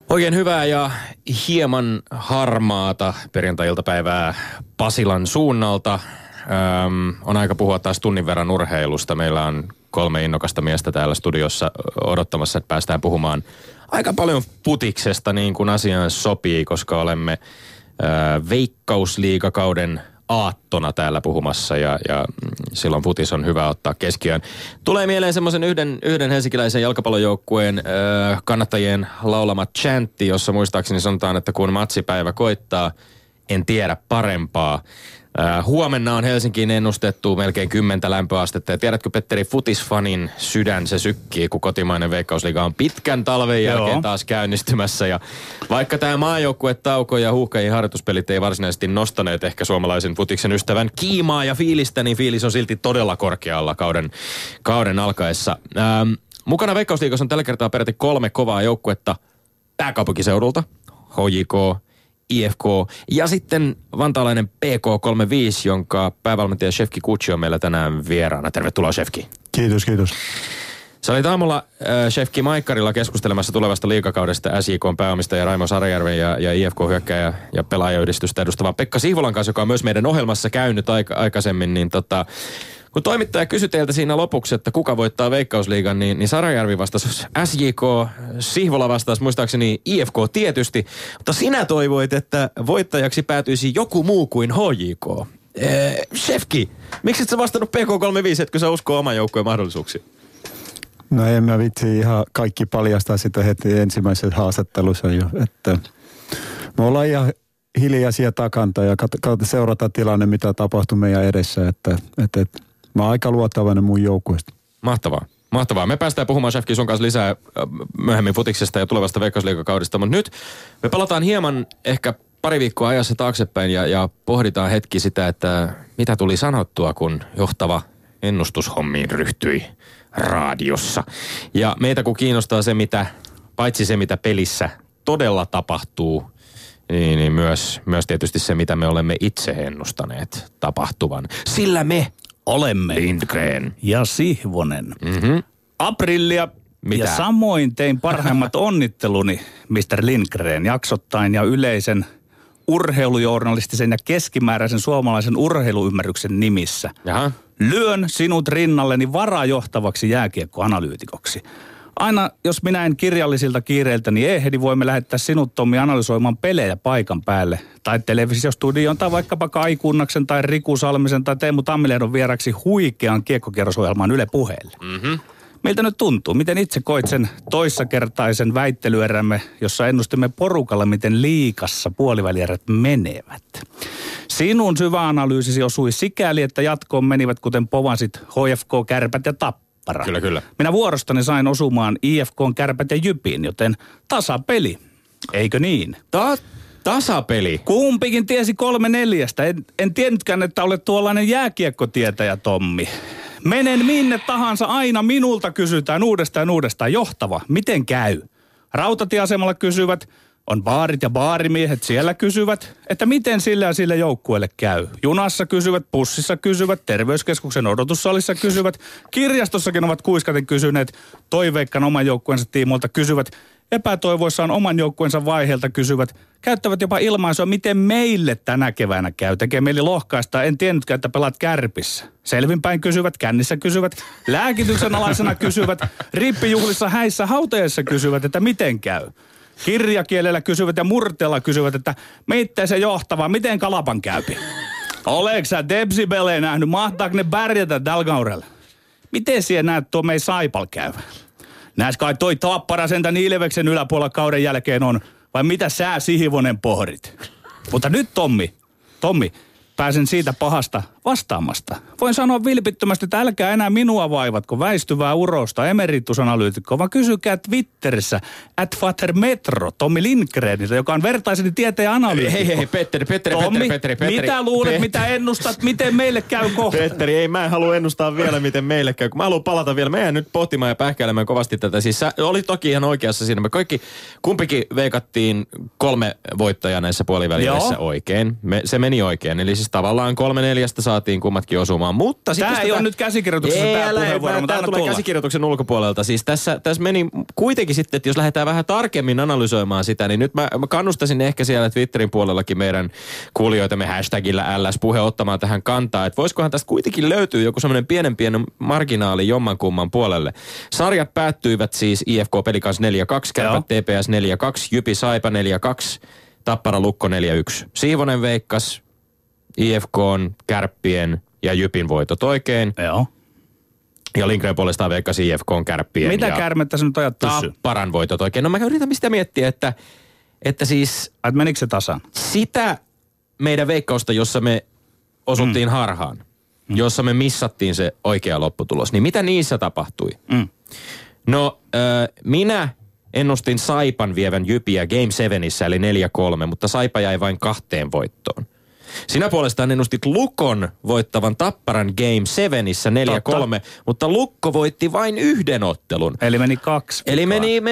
Oikein hyvää ja hieman harmaata perjantai-iltapäivää Pasilan suunnalta. On aika puhua taas tunnin verran urheilusta. Meillä on 3 innokasta miestä täällä studiossa odottamassa, että päästään puhumaan aika paljon futiksesta niin kuin asiaan sopii, koska olemme Veikkausliigakauden aattona täällä puhumassa ja silloin futis on hyvä ottaa keskiöön. Tulee mieleen semmoisen yhden helsinkiläisen jalkapallojoukkueen kannattajien laulama chantti, jossa muistaakseni sanotaan, että kun matsipäivä koittaa, en tiedä parempaa. Huomenna on Helsinkiin ennustettu melkein 10 lämpöastetta. Ja tiedätkö, Petteri, futisfanin sydän se sykkii, kun kotimainen Veikkausliiga on pitkän talven jälkeen taas käynnistymässä. Ja vaikka tämä maajoukkuetauko ja huuhkajien harjoituspelit ei varsinaisesti nostaneet ehkä suomalaisen futiksen ystävän kiimaa ja fiilistä, niin fiilis on silti todella korkealla kauden alkaessa. Mukana Veikkausliigassa on tällä kertaa peräti 3 kovaa joukkuetta pääkaupunkiseudulta. HJK, IFK ja sitten vantaalainen PK35, jonka päävalmentaja Shefki Kutschi on meillä tänään vieraana. Tervetuloa, Shefki. Kiitos. Sä olit aamulla Shefki Maikkarilla keskustelemassa tulevasta liigakaudesta SJK:n pääomistaja Raimo Sarajärven ja IFK-hyökkääjä ja pelaajayhdistystä edustavan Pekka Sihvolan kanssa, joka on myös meidän ohjelmassa käynyt aikaisemmin, niin kun toimittaja kysyi teiltä siinä lopuksi, että kuka voittaa Veikkausliigan, niin Sarajärvi vastasi SJK, Sihvola vastasi muistaakseni IFK tietysti, mutta sinä toivoit, että voittajaksi päätyisi joku muu kuin HJK. Shefki, miksi et sä vastannut PK35, etkö sä usko oman joukkueen mahdollisuuksiin? No en mä vitsi ihan kaikki paljastaa sitä heti ensimmäisessä haastattelussa jo, että me ollaan ihan hiljaisia takanta ja seurata tilanne, mitä tapahtuu meidän edessä, että mä oon aika luottavainen mun joukkueesta. Mahtavaa. Me päästään puhumaan, Shefki, sun kanssa lisää myöhemmin futiksesta ja tulevasta Veikkausliigakaudesta, mutta nyt me palataan hieman ehkä pari viikkoa ajassa taaksepäin ja pohditaan hetki sitä, että mitä tuli sanottua, kun johtava ennustushommiin ryhtyi raadiossa. Ja meitä kun kiinnostaa se, paitsi se, mitä pelissä todella tapahtuu, niin myös tietysti se, mitä me olemme itse ennustaneet tapahtuvan. Sillä me olemme Lindgren ja Sihvonen. Aprillia. Mitä? Ja samoin tein parhaimmat onnitteluni, Mr. Lindgren, jaksottain ja yleisen urheilujournalistisen ja keskimääräisen suomalaisen urheiluymmärryksen nimissä. Jaha. Lyön sinut rinnalleni varajohtavaksi jääkiekkoanalyytikoksi. Aina, jos minä en kirjallisilta kiireiltäni ehdi, voimme lähettää sinut, Tommi, analysoimaan pelejä paikan päälle. Tai televisiostudioon, tai vaikkapa Kai Kunnaksen, tai Riku Salmisen, tai Teemu Tammilehdon vieraksi huikean kiekkokierrosohjelmaan Yle Puheelle. Miltä nyt tuntuu? Miten itse koit sen toissakertaisen väittelyerämme, jossa ennustimme porukalla, miten liigassa puolivälierät menevät? Sinun syvä analyysisi osui sikäli, että jatkoon menivät, kuten povasit, HFK, Kärpät ja Tappara. Kyllä. Minä vuorostani sain osumaan IFK:n, Kärpät ja Jypiin, joten tasapeli. Eikö niin? Tasapeli? Kumpikin tiesi 3-4. En tiennytkään, että olet tuollainen jääkiekkotietäjä, Tommi. Menen minne tahansa, aina minulta kysytään uudestaan johtava. Miten käy? Rautatieasemalla kysyvät, on baarit ja baarimiehet siellä kysyvät, että miten sillä ja sille joukkueelle käy. Junassa kysyvät, bussissa kysyvät, terveyskeskuksen odotussalissa kysyvät, kirjastossakin ovat kuiskaten kysyneet, toiveikkaan oman joukkueensa tiimoilta kysyvät, epätoivoissaan oman joukkueensa vaiheelta kysyvät, käyttävät jopa ilmaisua, miten meille tänä keväänä käy. Tekee mieli lohkaista, en tiennytkään, että pelaat Kärpissä. Selvinpäin kysyvät, kännissä kysyvät, lääkityksen alaisena kysyvät, riippijuhlissa, häissä, hautajaisissa kysyvät, että miten käy. Kirjakielellä kysyvät ja murteella kysyvät, että miten se johtava, miten Kalapan käypi. Oleeko sä Debsibelejä nähnyt, mahtaako ne pärjätä tällä kaudella? Miten siellä näet tuo meidän Saipal käyvä? Näes kai toi Tappara sentään Ilveksen yläpuolella kauden jälkeen on, vai mitä sä Sihvonen pohdit? Mutta nyt Tommi, pääsen siitä pahasta vastaamasta. Voin sanoa vilpittömästi, että älkää enää minua vaivatko väistyvää urosta emeritusanalyytikkoa, vaan kysykää Twitterissä @FaterMetro Tommi Lindgreniltä, joka on vertaiseni tieteen ja analyytikko. Hei, Petteri. Tommi, mitä luulet, mitä ennustat, miten meille käy kohta? Petteri, mä en halua ennustaa vielä, miten meille käy. Mä haluan palata vielä. Mä jään nyt pohtimaan ja pähkäilemään kovasti tätä. Siis sä olit toki ihan oikeassa siinä. Me kumpikin veikattiin 3 voittajaa näissä puolivälissä oikein. Se meni oikein. Eli siis tavallaan 3/4 saatiin kummatkin osumaan. Mutta tämä ei ole nyt käsikirjoituksessa tämä puheenvuoro, mutta tämä tulee käsikirjoituksen ulkopuolelta. Siis tässä meni kuitenkin sitten, että jos lähdetään vähän tarkemmin analysoimaan sitä, niin nyt mä kannustaisin ehkä siellä Twitterin puolellakin meidän kuulijoitamme hashtagillä LS-puhe ottamaan tähän kantaa, että voisikohan tästä kuitenkin löytyy joku semmoinen pienen marginaali jommankumman puolelle. Sarjat päättyivät siis IFK Pelikans 4-2, Kärpät TPS 4-2, Jypi Saipa 4-2, Tappara Lukko 4-1. Siivonen veikkasi IFK:n, Kärppien ja Jypin voitot oikein. Joo. Ja Lindgren puolestaan veikkasi IFK:n, Kärppien mitä ja Kärmettä sä nyt ajat pysyä? Tapparan voitot oikein. No mä yritän sitä miettiä, että siis... Menikö se tasan? Sitä meidän veikkausta, jossa me osuttiin harhaan, jossa me missattiin se oikea lopputulos, niin mitä niissä tapahtui? No, minä ennustin Saipan vievän Jypiä Game 7:issä, eli 4-3, mutta Saipa jäi vain 2 voittoon. Sinä puolestaan ennustit Lukon voittavan Tapparan Game 7:issä 4-3, mutta Lukko voitti vain 1 ottelun. Eli meni 2. Eli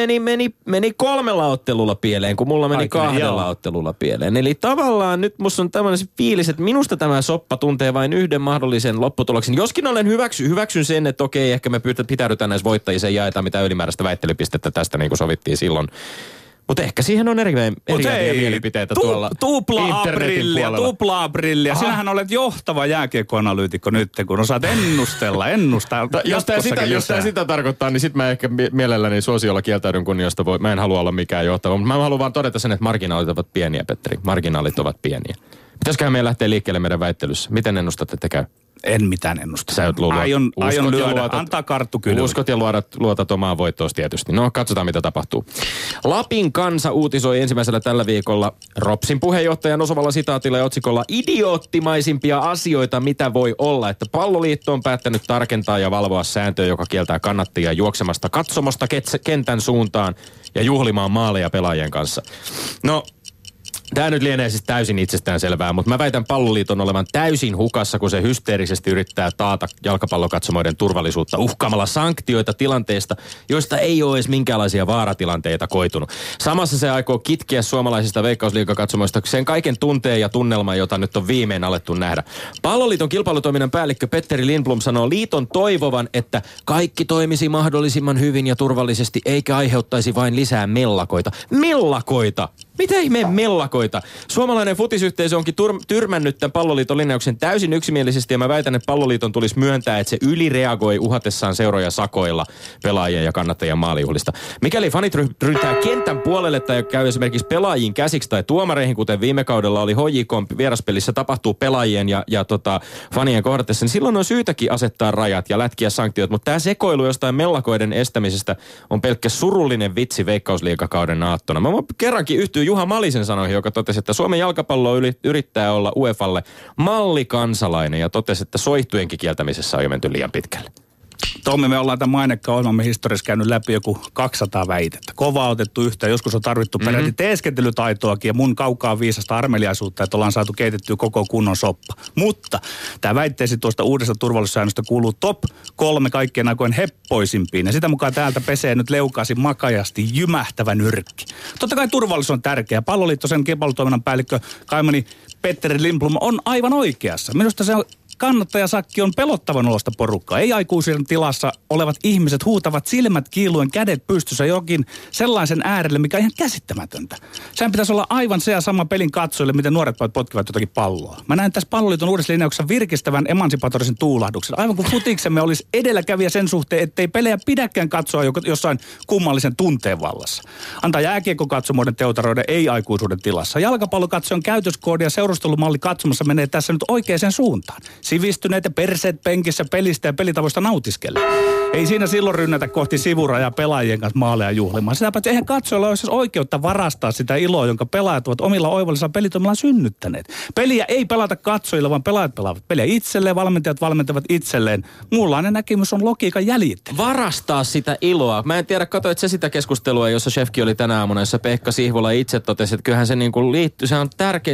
meni 3 ottelulla pieleen, kun mulla meni 2 ottelulla pieleen. Eli tavallaan nyt musta on tämmöinen fiilis, että minusta tämä soppa tuntee vain 1 mahdollisen lopputuloksen. Joskin olen hyväksyn sen, että okei, ehkä me pitäydytään näissä voittajissa ja jaetaan mitä ylimääräistä väittelypistettä tästä, niin kuin sovittiin silloin. Mutta ehkä siihen on eri mielipiteitä tuolla internetin puolella. Tupla-aprillia. Sinähän olet johtava jääkiekkoanalyytikko nyt, kun osaat ennustaa. Jos tämä sitä tarkoittaa, niin sitten mä ehkä mielelläni suosiolla kieltäydyn kunniasta. Mä en halua olla mikään johtava, mutta mä haluan vaan todeta sen, että marginaalit ovat pieniä, Petteri. Marginaalit ovat pieniä. Pitäisiköhän meidän lähteä liikkeelle meidän väittelyssä? Miten ennustat, että käy? En mitään ennusta. Sä aion lyödä. Antaa karttu kyllä. Uskot ja luotat omaan voittoos tietysti. No, katsotaan mitä tapahtuu. Lapin Kansa uutisoi ensimmäisellä tällä viikolla Ropsin puheenjohtajan osuvalla sitaatilla ja otsikolla idioottimaisimpia asioita, mitä voi olla. Että Palloliitto on päättänyt tarkentaa ja valvoa sääntöä, joka kieltää kannattajia juoksemasta katsomosta kentän suuntaan ja juhlimaan maaleja pelaajien kanssa. No, tämä nyt lienee siis täysin itsestäänselvää, mutta mä väitän Palloliiton olevan täysin hukassa, kun se hysteerisesti yrittää taata jalkapallokatsomoiden turvallisuutta uhkaamalla sanktioita tilanteesta, joista ei ole edes minkäänlaisia vaaratilanteita koitunut. Samassa se aikoo kitkeä suomalaisista veikkausliigakatsomoista sen kaiken tunteen ja tunnelman, jota nyt on viimein alettu nähdä. Palloliiton kilpailutoiminnan päällikkö Petteri Lindblom sanoo liiton toivovan, että kaikki toimisi mahdollisimman hyvin ja turvallisesti, eikä aiheuttaisi vain lisää mellakoita. Mellakoita! Mitä ihmeen mellakoita? Suomalainen futisyhteisö onkin tyrmännyt tämän Palloliiton linjauksen täysin yksimielisesti ja mä väitän, että Palloliiton tulisi myöntää, että se ylireagoi uhatessaan seuroja sakoilla pelaajien ja kannattajien maalijuhlista. Mikäli fanit ryntää kentän puolelle tai käy esimerkiksi pelaajiin käsiksi tai tuomareihin, kuten viime kaudella oli HJK:n vieraspelissä tapahtuu pelaajien ja fanien kohdatessa, niin silloin on syytäkin asettaa rajat ja lätkiä sanktiot, mutta tämä sekoilu jostain mellakoiden estämisestä on pelkkä surullinen vitsi Veikkausliigakauden aattona. Mä kerrankin yhtyy Juha Malisen sanoihin, joka totesi, että Suomen jalkapallo yrittää olla UEFalle mallikansalainen ja totesi, että soihtujenkin kieltämisessä on jo menty liian pitkälle. Tommi, me ollaan tämän mainekka-ohjelmamme historiassa käynyt läpi joku 200 väitettä. Kovaa otettu yhteen. Joskus on tarvittu peräti teeskentelytaitoakin ja mun kaukaa viisasta armeliaisuutta, että ollaan saatu keitettyä koko kunnon soppa. Mutta tämä väitteesi tuosta uudesta turvallisuussäännöstä kuuluu top 3 kaikkien aikojen heppoisimpiin. Ja sitä mukaan täältä pesee nyt leukaisin makajasti jymähtävä nyrkki. Totta kai turvallisuus on tärkeä. Palloliitto, sen kilpailutoiminnan päällikkö kaimani Petteri Lindblom on aivan oikeassa. Minusta se on kannattajasakki on pelottavan olosta porukkaa. Ei aikuisen tilassa olevat ihmiset huutavat silmät kiiluen, kädet pystyssä jokin sellaisen äärelle, mikä on ihan käsittämätöntä. Sehän pitäisi olla aivan se ja sama pelin katsojille, miten nuoret pojat potkivat jotakin palloa. Mä näen tässä Palloliiton uudessa linjauksessa virkistävän emansipatorisen tuulahduksen. Aivan kuin futiksemme olisi edelläkävijä sen suhteen, ettei pelejä pidäkään katsoa jossain kummallisen tunteen vallassa. Antaa jääkiekkokatsomoiden teotaroiden ei-aikuisuuden tilassa. Jalkapallokatsojan käytöskoodi ja seurustelumalli katsomassa menee tässä nyt oikeaan suuntaan. Sivistyneet ja perseet penkissä pelistä ja pelitavoista nautiskelee. Ei siinä silloin rynnätä kohti sivurajaa pelaajien kanssa maaleja juhlimaan. Sitä paitsi eihän katsojalla olisi oikeutta varastaa sitä iloa, jonka pelaajat ovat omilla oivallisilla pelitoimillaan synnyttäneet. Peliä ei pelata katsojilla, vaan pelaajat pelaavat peliä itselleen, valmentajat valmentavat itselleen. Muunlainen näkemys on logiikan jäljittely. Varastaa sitä iloa. Mä en tiedä, katsoit se sitä keskustelua, jossa Shefki oli tänä aamuna, jossa Pekka Sihvola itse totesi, että kyllähän se niin kuin liittyy, se on tärkein, se on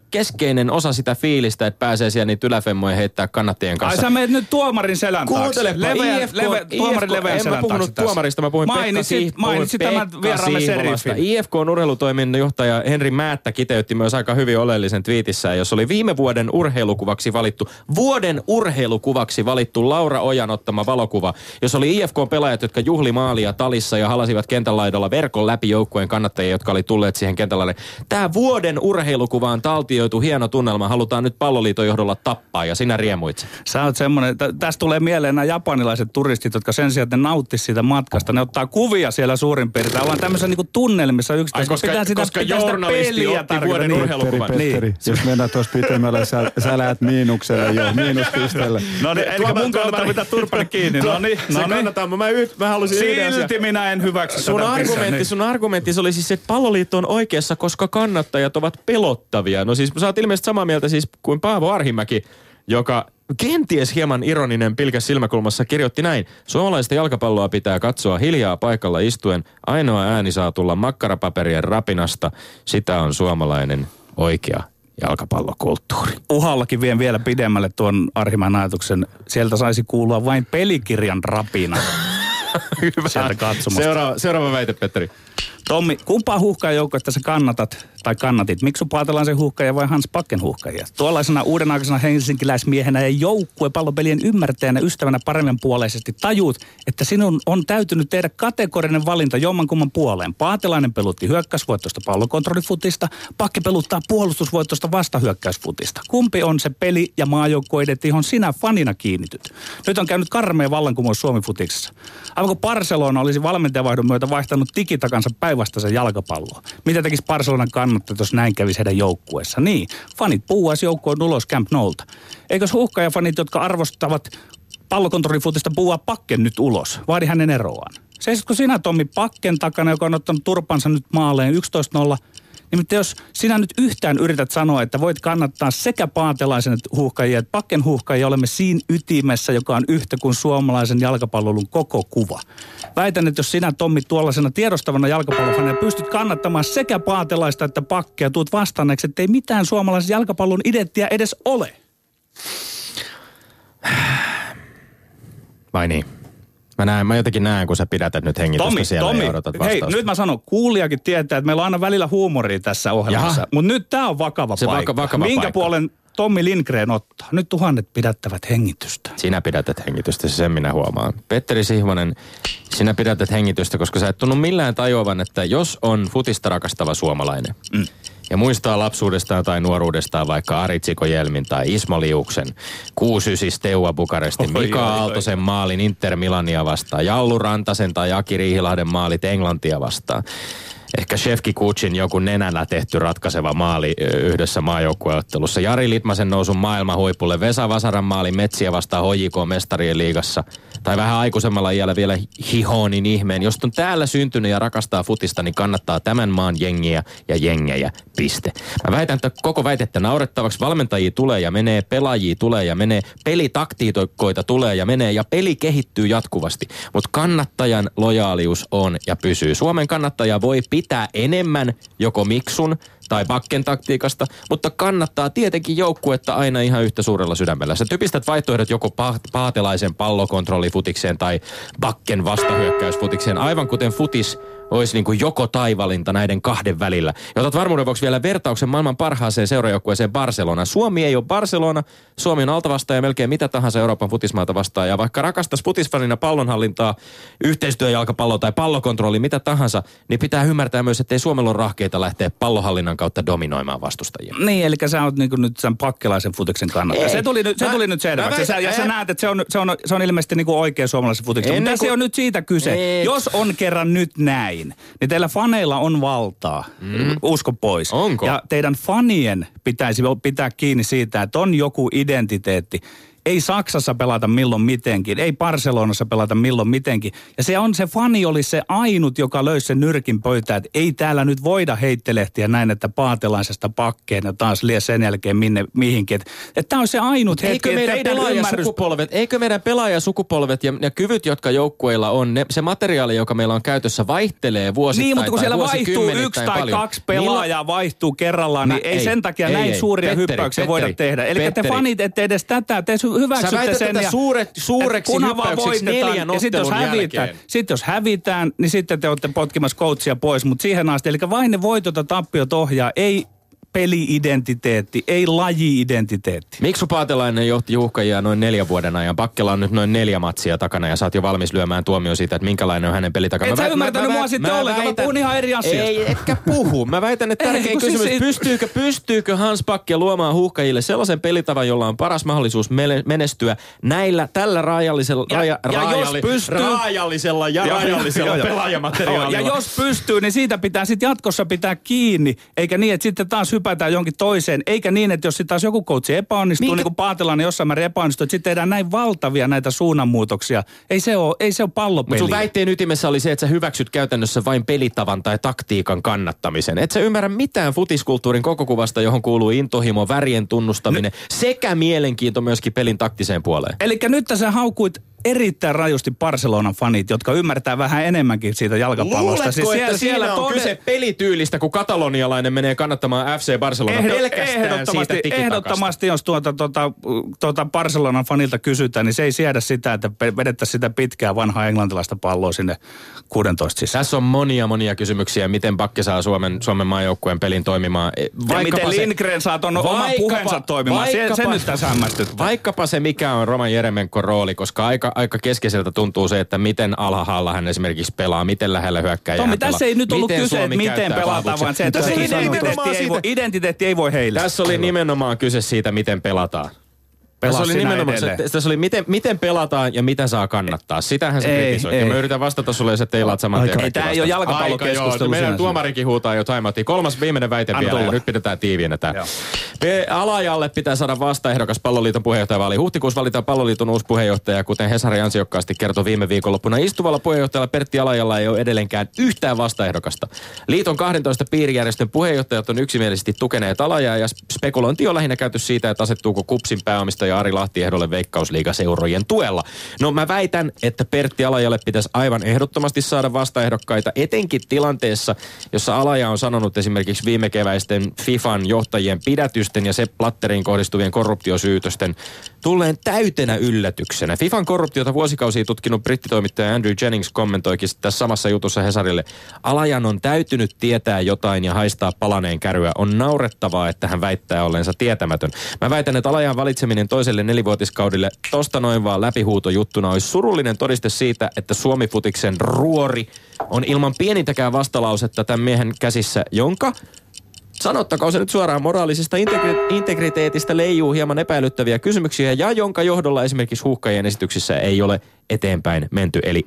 keskeinen osa sitä fiilistä, että pääsee siellä niitä yläfemmoja heittää kannattajien kanssa. Ai sä meet nyt tuomarin selän taakse. Kuuntelepa, tuomarin leveän selän taakse. En mä puhunut tuomarista, mä puhuin mainitsit tämän vieraamme Serifin. IFK:n urheilutoimintajohtaja Henri Määttä kiteytti myös aika hyvin oleellisen twiitissään, jos oli viime vuoden urheilukuvaksi valittu Laura Ojan ottama valokuva, jos oli IFK-pelaajat, jotka juhli maalia talissa ja halasivat kentän laidalla verkon läpi joukkueen kannattajia, jotka oli tulleet siihen kentälle. Tää vuoden urheilukuvaan taltioitu hieno tunnelma halutaan nyt Palloliiton johdolla tappaa ja sinä riemuit. Sä oot semmonen, tästä tulee mieleen nämä japanilaiset turistit, jotka sen sijaan, että ne nauttis siitä matkasta, ne ottaa kuvia siellä suurin piirtein. Ollaan tämmöisessä niinku tunnelmissa yksittäisissä. Koska journalisti otti vuoden urheilukuvan. Petteri, jos mennään tuossa pitemmälle, sä lähet miinukselle jo, miinuspisteelle. No niin, eli mun kannattaa pitää turpani kiinni. No niin. Mä halusin silti minä en hyväksy sun argumentti oli siis se, että Palloliitto on oikeassa, koska kannattajat ovat pelottavia. No siis sä oot ilmeisesti samaa mieltä siis kuin Paavo Arhimäki, joka kenties hieman ironinen pilkäs silmäkulmassa kirjoitti näin. Suomalaista jalkapalloa pitää katsoa hiljaa paikalla istuen. Ainoa ääni saa tulla makkarapaperien rapinasta. Sitä on suomalainen oikea jalkapallokulttuuri. Uhallakin vien vielä pidemmälle tuon Arhimäen ajatuksen. Sieltä saisi kuulua vain pelikirjan rapina. Hyvä. Sieltä katsomasta. Seuraava väite, Petteri. Tommi, kumpaa huuhkajajoukkoa sä kannatit? Miksu Paatelaisen huuhkaja vai Hans Backen huuhkajia? Tuollaisena uudenaikaisena helsinkiläismiehenä ja joukkuepallopelien ymmärtäjänä ystävänä paremminpuoleisesti tajuut, että sinun on täytynyt tehdä kategorinen valinta jommankumman puoleen. Paatelainen pelutti hyökkäysvoittoista pallokontrollifutista, Bakke peluttaa puolustusvoittoista vastahyökkäysfutista. Kumpi on se peli- ja maajoukkueiden, johon sinä fanina kiinnityt? Nyt on käynyt karmea vallankumous Suomi-futiksessa. Aivan kun Barcelona olisi valmentajavaihdon myötä vaihtanut tikitakansa päinvastaisen jalkapalloa. Mitä tekisi Barcelonan kannattajat, jos näin kävisi heidän joukkueessa? Niin, fanit puhuisi joukkueen ulos Camp Noulta. Eikös huuhkajafanit, jotka arvostavat pallokontrollifutista, puhua Backen nyt ulos? Vaadi hänen eroaan. Seisitko sinä, Tommi, Backen takana, joka on ottanut turpansa nyt maaleen 11-0? Nimittäin jos sinä nyt yhtään yrität sanoa, että voit kannattaa sekä paatelaisen huuhkajia että Backen huuhkajia, olemme siinä ytimessä, joka on yhtä kuin suomalaisen jalkapallon koko kuva. Väitän, että jos sinä, Tommi, tuollaisena tiedostavana jalkapallofanina pystyt kannattamaan sekä paatelaista että Backea, tuut vastanneeksi, että ei mitään suomalaisen jalkapallon identtiä edes ole. Vai niin? Mä jotenkin näen, kun sä pidätät nyt hengitystä siellä ja odotat vastausta. Hei, nyt mä sanon, kuulijakin tietää, että meillä on aina välillä huumoria tässä ohjelmassa. Mutta nyt tää on vakava paikka. Minkä puolen Tommi Lindgren ottaa? Nyt tuhannet pidättävät hengitystä. Sinä pidätät hengitystä, sen minä huomaan. Petteri Sihvonen, sinä pidätät hengitystä, koska sä et tunnu millään tajuavan, että jos on futista rakastava suomalainen ja muistaa lapsuudestaan tai nuoruudestaan vaikka Ari Tsikojelmin tai Ismo Liuksen, 6-9 Steaua Bukarestin, Mika Aaltosen maalin Inter Milania vastaan, Jallu Rantasen tai Aki Riihilahden maalit Englantia vastaan. Ehkä Shefki Kutsin joku nenällä tehty ratkaiseva maali yhdessä maajoukkueottelussa. Jari Litmasen nousun maailman huipulle. Vesa Vasaran maali Metsiä vastaan HJK Mestarien liigassa. Tai vähän aikuisemmalla iällä vielä Hihonin ihmeen. Jos on täällä syntynyt ja rakastaa futista, niin kannattaa tämän maan jengiä ja jengejä. Piste. Mä väitän, että koko väitettä naurettavaksi. Valmentajia tulee ja menee, pelaajia tulee ja menee, pelitaktiikoita tulee ja menee ja peli kehittyy jatkuvasti. Mutta kannattajan lojaalius on ja pysyy. Suomen kannattaja voi pitää enemmän joko Miksun tai Backen taktiikasta, mutta kannattaa tietenkin joukkuetta aina ihan yhtä suurella sydämellä. Sä typistät vaihtoehdot joko paatelaisen pallokontrollifutikseen tai Backen vastahyökkäysfutikseen, aivan kuten futis olisi niin kuin joko taivalinta näiden kahden välillä. Ja otat varmuuden vuoksi vielä vertauksen maailman parhaaseen seurajoukkueeseen Barcelona. Suomi ei ole Barcelona, Suomi on altavastaaja melkein mitä tahansa Euroopan futismaata vastaan. Ja vaikka rakastas futisfanina pallonhallintaa, yhteistyöjalkapalloa tai pallokontrollia, mitä tahansa, niin pitää ymmärtää myös, että ei Suomella ole rahkeita lähteä pallonhallinnan kautta dominoimaan vastustajia. Niin, eli sä oot niin kuin nyt sen pakkelaisen futiksen kannattaja. Se tuli nyt selväksi. Ja sä näet, että se on ilmeisesti niin kuin oikea suomalaisen futiksen. Mutta se on nyt siitä kyse. Jos on kerran nyt näin, niin teillä faneilla on valtaa. Usko pois. Onko? Ja teidän fanien pitäisi pitää kiinni siitä, että on joku identiteetti. Ei Saksassa pelata milloin mitenkin, ei Barcelonassa pelata milloin mitenkin. Ja se fani oli se ainut, joka löysi sen nyrkin pöytään, että ei täällä nyt voida heittelehtiä näin, että Paatelaisesta pakkeen ja taas lie sen jälkeen mihinkin. Että tämä on se ainut hetki, että eikö meidän pelaajasukupolvet ja kyvyt, jotka joukkueilla on, se materiaali, joka meillä on käytössä, vaihtelee vuosittain. Niin, mutta kun siellä vaihtuu 1 tai 2 pelaajaa vaihtuu kerrallaan, niin ei sen takia näin suuria hyppäyksiä voida tehdä. Eli te fanit ette edes tätä, te hyväksytte sen. Tätä suureksi hyppäykseksi 4 ottelun jälkeen. Sitten jos hävitään, niin sitten te olette potkimassa coachia pois, mutta siihen asti. Eli vain ne voitot ja tappiot ohjaa, ei peli-identiteetti, ei laji-identiteetti. Miksu Paatelainen johti Huuhkajia noin 4 vuoden ajan? Pakkela on nyt noin 4 matsia takana ja sä oot jo valmis lyömään tuomio siitä, että minkälainen on hänen pelitakana. Et sä ymmärtänyt mua sitten ollenkaan, mä puhun ihan eri asiasta. Ei, etkä puhu. Mä väitän, että tärkein kysymys, pystyykö Hans Bakke luomaan Huuhkajille sellaisen pelitavan, jolla on paras mahdollisuus menestyä tällä rajallisella pelaajamateriaalilla. Ja jos pystyy, niin siitä pitää sitten jatkossa pitää kiinni, eikä niin, että sitten taas hypätään jonkin toiseen, eikä niin, että jos sitten taas joku coachi epäonnistuu, niin kuin Paatelainen jossain määrin epäonnistuu, että sitten tehdään näin valtavia näitä suunnanmuutoksia. Ei se ole pallopeli. Mutta sun väitteen ytimessä oli se, että sä hyväksyt käytännössä vain pelitavan tai taktiikan kannattamisen. Et sä ymmärrä mitään futiskulttuurin koko kuvasta, johon kuuluu intohimo, värien tunnustaminen sekä mielenkiinto myöskin pelin taktiseen puoleen. Elikkä nyt sä haukuit erittäin rajusti Barcelonan fanit, jotka ymmärtää vähän enemmänkin siitä jalkapallosta. Luuletko, että siellä on kyse pelityylistä, kun katalonialainen menee kannattamaan FC Barcelona pelkästään siitä tikitakasta? Ehdottomasti, jos Barcelonan fanilta kysytään, niin se ei siedä sitä, että vedettäisiin sitä pitkää vanhaa englantilaista palloa sinne 16 sisään. Tässä on monia kysymyksiä, miten Bakke saa Suomen maajoukkueen pelin toimimaan. Ja miten Lindgren saa tuon oman puheensa toimimaan. Se nyt tässä hämmästyttää. Vaikkapa se, mikä on Roman Jeremenkon rooli, koska aika keskeiseltä tuntuu se, että miten alhaalla hän esimerkiksi pelaa, miten lähellä hyökkääjää Tommi, pelaa. tässä ei nyt ollut kyse, että miten pelataan, vaan se, että identiteetti ei voi heillä. Tässä oli nimenomaan kyse siitä, miten pelataan. Tässä oli miten pelataan ja mitä saa kannattaa. Sitähän se kritisoi. Ja mä yritän vastata sulle, jos ettei laat saman tien. Tämä ei ole jalkapallokeskustelu. Meidän tuomarikin huutaa jo timeoutiin. 3. viimeinen väite vielä ja nyt pidetään tiiviinä tämä. Alajalle pitää saada vastaehdokas Palloliiton puheenjohtajavaali. Huhtikuussa valitaan Palloliiton uusi puheenjohtaja, kuten Hesari ansiokkaasti kertoi viime viikonloppuna. Istuvalla puheenjohtajalla Pertti Alajalla ei ole edelleenkään yhtään vastaehdokasta. Liiton 12 piirijärjestön puheenjohtajat on yksimielisesti tukeneet Alajaa ja spekulointi on lähinnä käyty siitä, että asettuuko KuPSin pääomista ja Ari Lahti ehdolle Veikkausliigaseurojen tuella. No mä väitän, että Pertti Alajalle pitäisi aivan ehdottomasti saada vastaehdokkaita, etenkin tilanteessa, jossa Alaja on sanonut esimerkiksi viime keväisten FIFAn johtajien pidätysten ja Sepp Blatteriin kohdistuvien korruptiosyytösten tulleen täytenä yllätyksenä. FIFAn korruptiota vuosikausia tutkinut brittitoimittaja Andrew Jennings kommentoikin tässä samassa jutussa Hesarille. Alajan on täytynyt tietää jotain ja haistaa palaneen käryä. On naurettavaa, että hän väittää ollensa tietämätön. Mä väitän, että Alajan valitseminen toiselle 4-vuotiskaudelle tosta noin vaan läpihuutojuttuna olisi surullinen todiste siitä, että Suomi-futiksen ruori on ilman pienintäkään vastalausetta tämän miehen käsissä, jonka sanottakoon se nyt suoraan moraalisesta integriteetistä leijuu hieman epäilyttäviä kysymyksiä ja jonka johdolla esimerkiksi Huuhkajien esityksissä ei ole eteenpäin menty, eli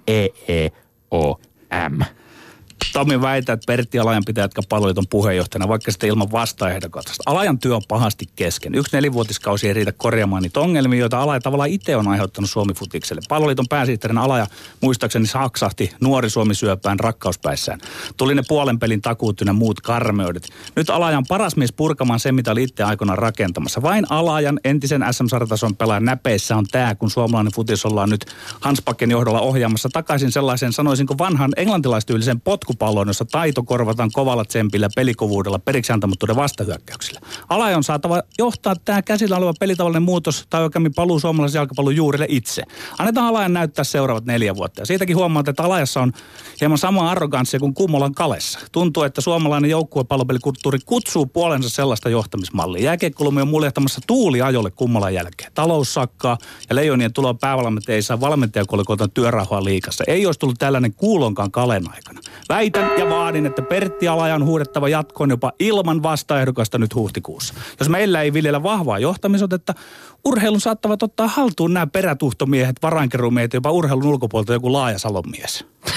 EEOM. Tommi väitää, että Pertti Alajan pitää jatkaa Palloliiton puheenjohtajana, vaikka sitten ilman vastaehdokasta. Alajan työ on pahasti kesken. 1 4-vuotiskausi ei riitä korjaamaan niitä ongelmia, joita Alaja tavallaan itse on aiheuttanut Suomi-futikselle. Palloliiton pääsihteerin Alaja muistaakseni haksahti nuori Suomi-syöpään rakkauspäissään. Tuli ne puolen pelin takuut ja muut karmeudet. Nyt Alaja on paras mies purkamaan sen, mitä oli itse aikoinaan rakentamassa. Vain Alajan entisen SM-sarjatason pelaajan näpeissä on tämä, kun suomalainen futis ollaan nyt Hans Bakken johdolla ohjaamassa takaisin sellaisen, sanoisinko vanhan englantilaistyylisen potkupallon, jossa taito korvataan kovalla tsempillä, pelikovuudella, periksi antamattomuuden vastahyökkäyksillä. Alaja on saatava johtaa tämä käsillä oleva pelitavallinen muutos tai oikeammin paluu suomalaisen jalkapallon juurille itse. Annetaan Alajan näyttää seuraavat 4 vuotta. Ja siitäkin huomaat, että Alajassa on hieman samaa arroganssia kuin Kummolan Kalessa. Tuntuu, että suomalainen joukkuepallopelikulttuuri kutsuu puolensa sellaista johtamismallia. Jääkiekkolumi on muljehtamassa tuuliajolle Kummolan jälkeen. Talous sakkaa ja Leijonien tuloa päävalmentaja ei saa valmentajakolikoita työrauhaa liigassa. Ei olisi tullut tällainen kuulonkaan Kalen aikana. Väitän ja vaadin, että Pertti Alaja on huudettava jatkoon jopa ilman vastaehdokasta nyt huhtikuussa. Jos meillä ei viljellä vahvaa johtamisotetta, urheilun saattavat ottaa haltuun nämä perätuhtomiehet, varainkerumiehet, jopa urheilun ulkopuolelta joku Laajasalon mies.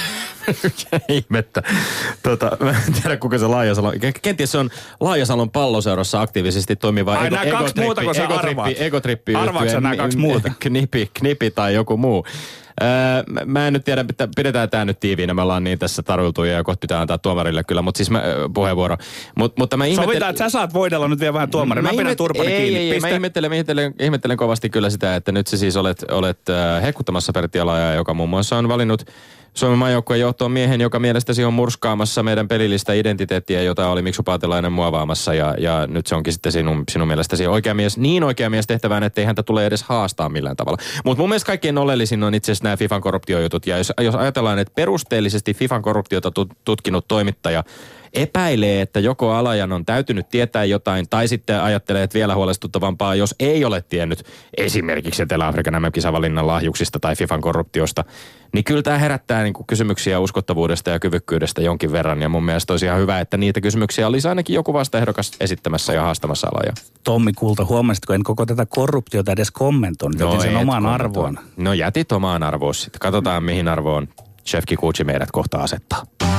Ihmettä. Mä en tiedä, kuka se Laajasalon... Kenties se on Laajasalon palloseurassa aktiivisesti toimiva Egotrippi. Arvaatko sä nämä kaksi muuta? Knipi tai joku muu. Mä en nyt tiedä, pidetään tää nyt tiiviinä. Me ollaan niin tässä tarviltuja ja kohta pitää antaa tuomarille kyllä, mutta siis puheenvuoro. Mutta mä sovitaan, että sä saat voidella nyt vielä vähän tuomarille. Mä pidän turpani kiinni. Mä ihmettelen kovasti kyllä sitä, että nyt sä siis olet hehkuttamassa Pertti Alajaa, joka muun muassa on valinnut Suomen maajoukkueen johtoon miehen, joka mielestäsi on murskaamassa meidän pelillistä identiteettiä, jota oli Miksu Paatelainen muovaamassa. Ja nyt se onkin sitten sinun mielestäsi oikea mies tehtävään, ettei häntä tule edes haastaa millään tavalla. Mutta mun mielestä kaikkein oleellisin on itse asiassa nämä FIFAn korruptiojutut. Ja jos ajatellaan, että perusteellisesti FIFAn korruptiota tutkinut toimittaja epäilee, että joko Alajan on täytynyt tietää jotain, tai sitten ajattelee, että vielä huolestuttavampaa, jos ei ole tiennyt esimerkiksi Etelä-Afrikan MM-kisavalinnan lahjuksista tai FIFAn korruptiosta, niin kyllä tämä herättää niin kuin kysymyksiä uskottavuudesta ja kyvykkyydestä jonkin verran, ja mun mielestä olisi ihan hyvä, että niitä kysymyksiä olisi ainakin joku vastaehdokas esittämässä ja haastamassa Alajaa. Tommi Kulta, huomasitko, en koko tätä korruptiota edes kommentoinut, jätin sen omaan arvoon. No jätit omaan arvoon sitten. Katsotaan, mihin arvoon Chef Kikuchi meidät kohta asettaa.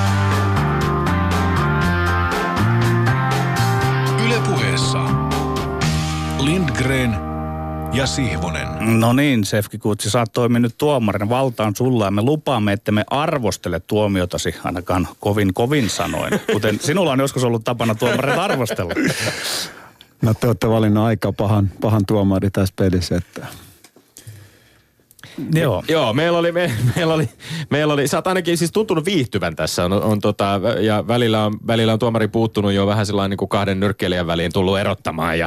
Yle Puheessa Lindgren ja Sihvonen. No niin, Chef Kikuchi, sä oot toiminut tuomarina. Valta on sulla ja me lupaamme, että me arvostele tuomiotasi ainakaan kovin sanoen. Kuten sinulla on joskus ollut tapana tuomareita arvostella. No te olette valinnut aika pahan tuomari tässä pelissä, että... Joo, meillä oli, sä oot ainakin siis tuntunut viihtyvän tässä, ja välillä on tuomari puuttunut jo vähän sellainen niin kuin kahden nyrkkeilijän väliin tullut erottamaan,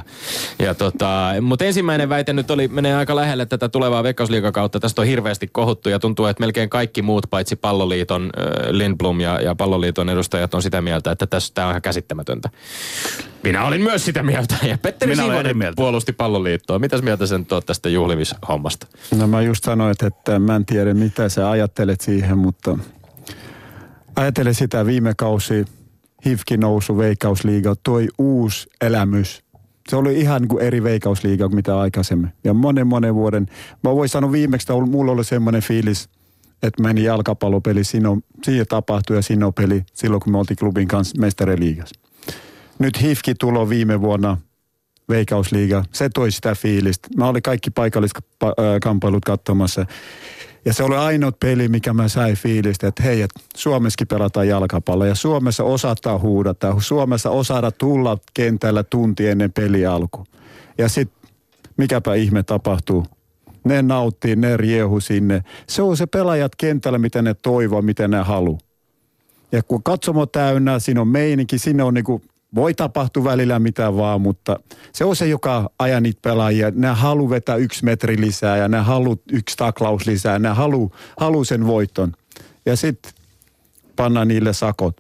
mutta ensimmäinen väite nyt menee aika lähelle tätä tulevaa Veikkausliigakautta, tästä on hirveästi kohuttu ja tuntuu, että melkein kaikki muut paitsi Palloliiton Lindblom ja Palloliiton edustajat on sitä mieltä, että tämä on ihan käsittämätöntä. Minä olin myös sitä mieltä ja Petteri Sihvonen puolusti Palloliittoa. Mitäs mieltä sen tuot tästä juhlimishommasta? No mä just sanoin, että mä en tiedä mitä sä ajattelet siihen, mutta ajattele sitä viime kausi, HIFK nousu Veikkausliiga, toi uusi elämys. Se oli ihan niin kuin eri Veikkausliiga kuin mitä aikaisemmin. Ja monen vuoden, mä voin sanoa viimeksi, että mulla oli semmoinen fiilis, että meni jalkapallopeli, siinä tapahtui ja siinä peli silloin, kun me oltiin klubin kanssa mestariliigassa. Nyt HIFK tulo viime vuonna Veikkausliiga, se toi sitä fiilistä. Mä olin kaikki paikalliskamppailut katsomassa. Ja se oli ainoa peli, mikä mä sain fiilistä, että hei, että Suomessakin pelataan jalkapalloa. Ja Suomessa osataan huudata. Suomessa osataan tulla kentällä tunti ennen peli alku. Ja sitten mikäpä ihme tapahtuu. Ne nauttii, ne riehu sinne. Se on se pelaajat kentällä, mitä ne toivoo, mitä ne haluaa. Ja kun katsomo täynnä, siinä on meininki, siinä on niinku... Voi tapahtua välillä mitä vaan, mutta se on se, joka ajan niitä pelaajia. Ne haluaa vetää 1 metri lisää ja ne haluaa 1 taklaus lisää. Ne haluaa sen voiton. Ja sitten panna niille sakot.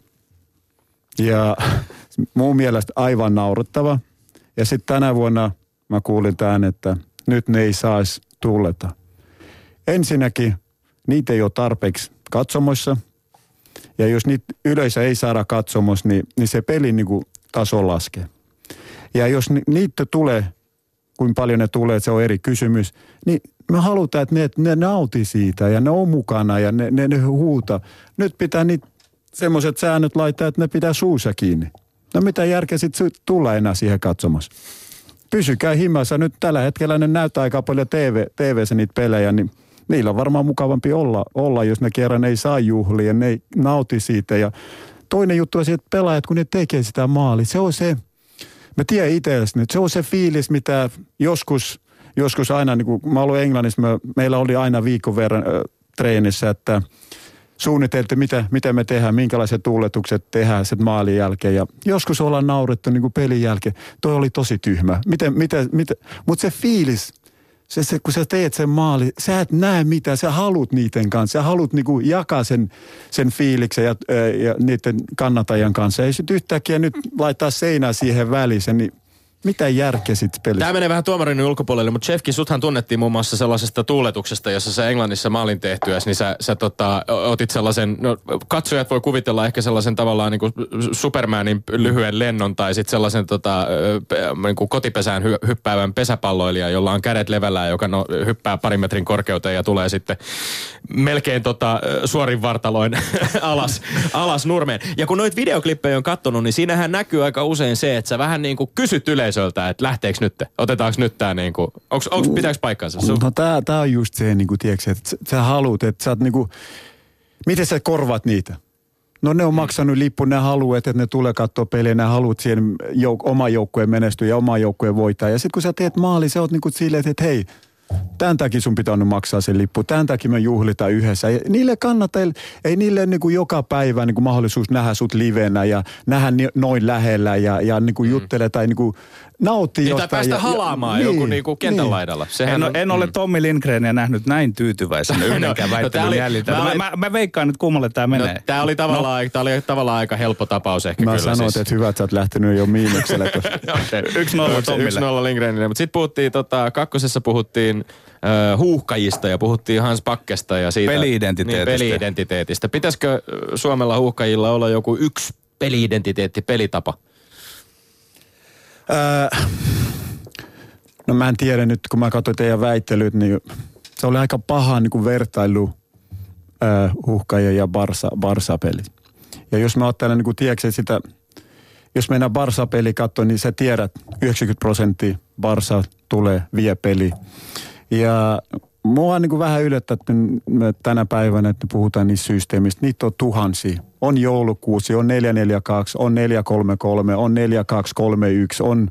Ja mun mielestä aivan naurettava. Ja sitten tänä vuonna mä kuulin tämän, että nyt ne ei saisi tulleta. Ensinnäkin niitä ei ole tarpeeksi katsomoissa. Ja jos niitä yleisö ei saada katsomassa, niin se peli niinku taso laskee. Ja jos niitä tulee, kuinka paljon ne tulee, se on eri kysymys, niin me halutaan, että ne nauti siitä ja ne on mukana ja ne huuta. Nyt pitää niitä semmoiset säännöt laittaa, että ne pitää suussa kiinni. No mitä järkeä sitten tulla enää siihen katsomassa? Pysykää himassa. Nyt tällä hetkellä ne näyttää aika paljon TV:ssä niitä pelejä, niin niillä on varmaan mukavampi olla, jos ne kerran ei saa juhlia, ne ei nauti siitä. Ja toinen juttu on se, että pelaajat, kun ne tekee sitä maalia, se on se, mä tiedän itseäni, että se on se fiilis, mitä joskus aina, niin kun mä olin Englannissa, meillä oli aina viikon verran treenissä, että suunniteltiin, mitä me tehdään, minkälaiset tuuletukset tehdään sen maalin jälkeen. Ja joskus ollaan naurettu niin kuin pelin jälkeen. Toi oli tosi tyhmä. Mutta se fiilis, kun sä teet sen maali, sä et näe mitään, sä haluut niiden kanssa. Sä haluut niinku jakaa sen fiiliksen ja niiden kannatajan kanssa. Ja sitten yhtäkkiä nyt laittaa seinää siihen väliin, niin Mitä järkeä sit pelissä? Tämä menee vähän tuomarin ulkopuolelle, mutta Shefki, suthan tunnettiin muun muassa sellaisesta tuuletuksesta, jossa sä Englannissa maalin tehtyäs, niin sä otit sellaisen, no katsojat voi kuvitella ehkä sellaisen tavallaan niin kuin Supermanin lyhyen lennon tai sitten sellaisen niin kuin kotipesään hyppäävän pesäpalloilija, jolla on kädet levällään, joka hyppää parin metrin korkeuteen ja tulee sitten melkein suorin vartaloin alas nurmeen. Ja kun noit videoklippejä on katsonut, niin siinähän näkyy aika usein se, että sä vähän niin kuin kysyt yleisöltä, että lähteekö nyt? Otetaanko nyt tää niin kuin, pitääkö paikkaansa? No tää on just se, niin kuin, tiedätkö, että sä haluut, että sä oot niin kuin, miten sä korvaat niitä? No ne on maksanut lippun, ne haluat, että ne tulee katsoa peliä, ne haluat siihen oma joukkueen menestyä ja oma joukkueen voittaa. Ja sitten kun sä teet maali, sä oot niin kuin silleen, että hei, tämän takia sun pitää maksaa sen lippu, tämän takia me juhlitaan yhdessä. Ja niille kannattaa, ei niille niin kuin joka päivä niin kuin mahdollisuus nähdä sut livenä ja nähdä noin lähellä ja niin kuin juttele tai niin kuin nauttia niin, jostain. Tai päästä halaamaan joku niin kuin kentän laidalla. En ole Tommi Lindgrenia nähnyt näin tyytyväisenä yhdenkään väittelyn jäljiltä. Mä veikkaan, että kummalle tämä menee. No, tämä oli tavallaan aika helppo tapaus ehkä mä kyllä. Mä sanoin, että hyvä, että sä oot lähtenyt jo miinukselle. 1-0 Tommille. 1-0 Lindgrenille. Mutta sitten puhuttiin, kakkosessa puhuttiin huuhkajista ja puhuttiin Hans Backesta ja siitä peli-identiteetistä. Pitäisikö Suomella huuhkajilla olla joku yksi peli-identiteetti, pelitapa? No mä en tiedä nyt, kun mä katsoin teidän väittelyt, niin se oli aika paha niin kuin vertailu huuhkajia ja Barsa-pelit. Ja jos mä ottelen niin kuin tiedätkö sitä, jos mennään Barsa-peli katsoa, niin sä tiedät 90% Barsa tulee vie peli. Ja mua on niin kuin vähän yllättää tänä päivänä, että puhutaan niistä systeemistä. Niitä on tuhansia. On joulukuusi, on 442, on 433, on 4231, on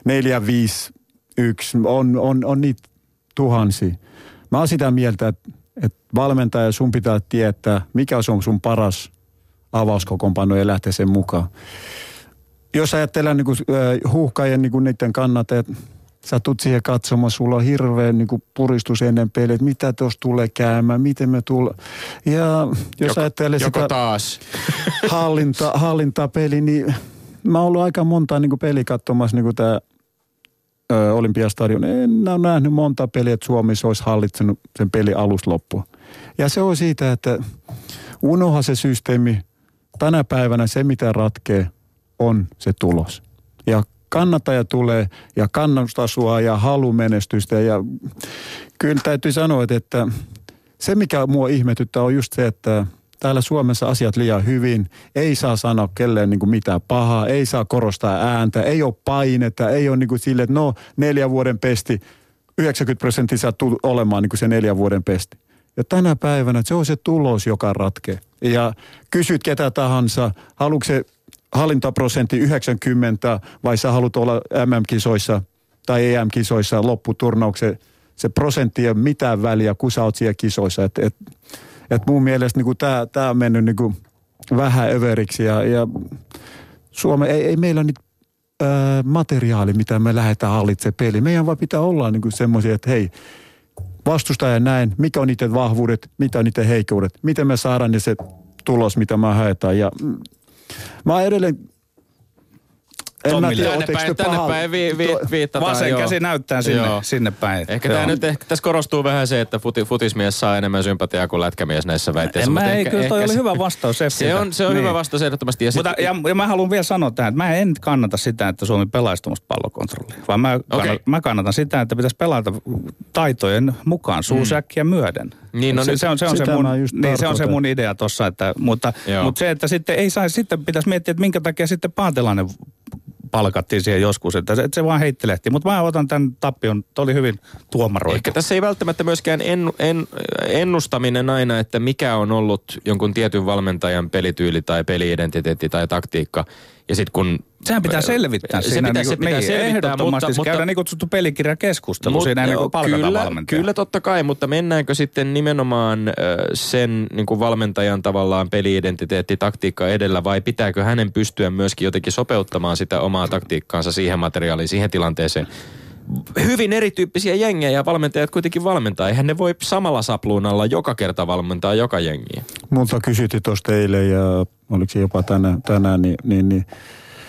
451, on niitä tuhansia. Mä oon sitä mieltä, että valmentaja sun pitää tietää, mikä on sun paras avauskokoonpano ja lähteä sen mukaan. Jos ajatellaan niin huuhkajien niin niiden kannattajat, sä tulet siihen katsomaan, sulla on hirveä niin kuin puristus ennen peliä, että mitä tuossa tulee käymään, miten me tulee. Ja jos ajattelee sitä taas. hallintapeli, niin mä oon ollut aika monta niin kuin peli katsomassa niin kuin tämä Olympiastadion. En ole nähnyt monta peliä, että Suomi olisi hallitsenut sen peli alusta loppuun. Ja se on siitä, että unoha se systeemi. Tänä päivänä se, mitä ratkee, on se tulos. Ja kannattaja tulee ja kannustaa sua ja halu menestystä. Ja kyllä täytyy sanoa, että se mikä mua ihmetyttää on just se, että täällä Suomessa asiat liian hyvin. Ei saa sanoa kelleen niin kuin mitään pahaa, ei saa korostaa ääntä, ei ole painetta, ei ole niin kuin silleen, että 4 vuoden pesti, 90% saa olemaan niin kuin se 4 vuoden pesti. Ja tänä päivänä se on se tulos, joka ratkee. Ja kysyt ketä tahansa, haluatko se hallintaprosentti 90 vai sä haluat olla MM-kisoissa tai EM-kisoissa lopputurnauksen. Se prosentti ei ole mitään väliä, kun sä oot siellä kisoissa. Et mun mielestä niin tää on mennyt niin vähän överiksi ja Suomi ei meillä ole niitä materiaali, mitä me lähdetään hallitsemaan peliin. Meidän vaan pitää olla niin semmoisia, että hei, vastustaja näin, mikä on niiden vahvuudet, mitä on niiden heikoudet, miten me saadaan ne se tulos, mitä me haetaan. Ja mä oon edelleen, en mä tiedä, tänne päin viittataan. Vasen käsi näyttää sinne päin. Ehkä tässä korostuu vähän se, että futismies saa enemmän sympatiaa kuin lätkämies näissä väitteissä. Kyllä toi oli hyvä vastaus. Se on hyvä vastaus ehdottomasti. Ja mä haluan vielä sanoa tähän, että mä en kannata sitä, että Suomi pelaisi tuommoista pallokontrollia. Vaan mä kannatan sitä, että pitäisi pelata taitojen mukaan suusäkkiä myöden. Se on se mun idea tossa. Mutta se, että sitten ei saisi, sitten pitäisi miettiä, että minkä takia sitten Paatelainen palkattiin siihen joskus, että se vaan heittelehti. Mutta mä otan tämän tappion, toi oli hyvin tuomaroitu. Ehkä tässä ei välttämättä myöskään ennustaminen aina, että mikä on ollut jonkun tietyn valmentajan pelityyli tai peli-identiteetti tai taktiikka. Ja sitten kun sehän pitää selvittää siinä. Se pitää selvittää, ehdottomasti mutta käydään niin kutsuttu pelikirjakeskustelu siinä ennen kuin palkataan valmentaja. Kyllä totta kai, mutta mennäänkö sitten nimenomaan sen niin kuin valmentajan tavallaan peli-identiteetti, taktiikka edellä vai pitääkö hänen pystyä myöskin jotenkin sopeuttamaan sitä omaa taktiikkaansa siihen materiaaliin, siihen tilanteeseen? Hyvin erityyppisiä jengejä ja valmentajat kuitenkin valmentaa. Eihän ne voi samalla sapluunalla joka kerta valmentaa joka jengiä. Multa kysyttiin tuosta eilen ja oliko se jopa tänään, niin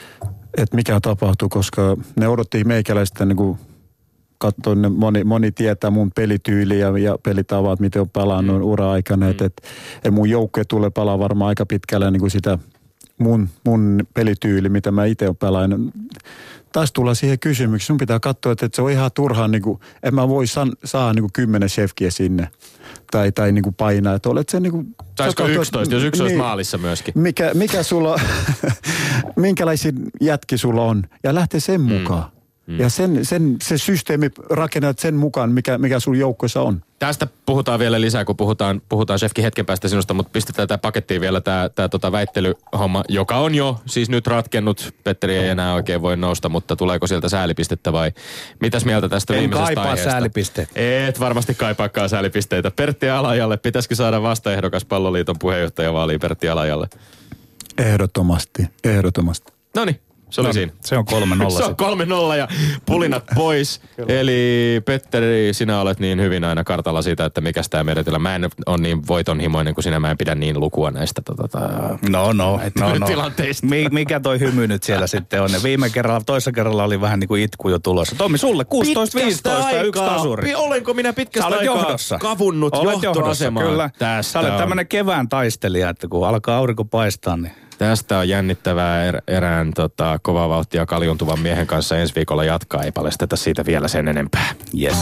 että mikä tapahtuu, koska ne odotti meikäläistä niin kuin katsoin, moni tietää mun pelityyliä ja pelitavat, miten on pelannut ura-aikana. Että mun joukkue tulee palaa varmaan aika pitkälle niin kuin sitä mun pelityyli, mitä mä itse olen pelannut. Taas tullaan siihen kysymykseen. Sun pitää katsoa, että se on ihan turhaan, niin kuin, en mä voi saada niin kuin 10 chefkiä sinne. Tai niin kuin painaa. Että olet se niin kuin... Saisiko 11, jos 11 niin, maalissa myöskin? Mikä sulla, minkälaisia jätki sulla on? Ja lähtee sen mukaan. Ja se systeemi rakennat sen mukaan, mikä sun joukkoissa on. Tästä puhutaan vielä lisää, kun puhutaan Shefki hetken päästä sinusta, mutta pistetään tämä pakettiin vielä tämä väittelyhomma, joka on jo siis nyt ratkennut. Petteri ei enää oikein voi nousta, mutta tuleeko sieltä säälipistettä vai mitäs mieltä tästä viimeisestä aiheesta? En kaipaa säälipisteitä. Et varmasti kaipaakaan säälipisteitä. Pertti Alajalle pitäisikö saada vastaehdokas Palloliiton puheenjohtajavaaliin Pertti Alajalle? Ehdottomasti. Noniin. Se oli siinä. Se on 3-0. Se on 3-0 ja pulinat pois. Eli Petteri, sinä olet niin hyvin aina kartalla siitä, että mikäs tämä meritellä. Mä en ole niin voitonhimoinen kuin sinä. Mä en pidä niin lukua näistä tilanteista. Mikä toi hymy nyt siellä sitten on? Toissa kerralla oli vähän niin kuin itku jo tulossa. Tommi, sulle 16-15 ja 1 tasuri. Olenko minä pitkästä aikaa johdossa. Kavunnut johtoasemaan? Kyllä. Sä olet tämmönen kevään taistelija, että kun alkaa aurinko paistaa, niin... Tästä on jännittävää erään kovaa vauhtia kaljuntuvan miehen kanssa ensi viikolla jatkaa. Ei paljasteta siitä vielä sen enempää. Yes.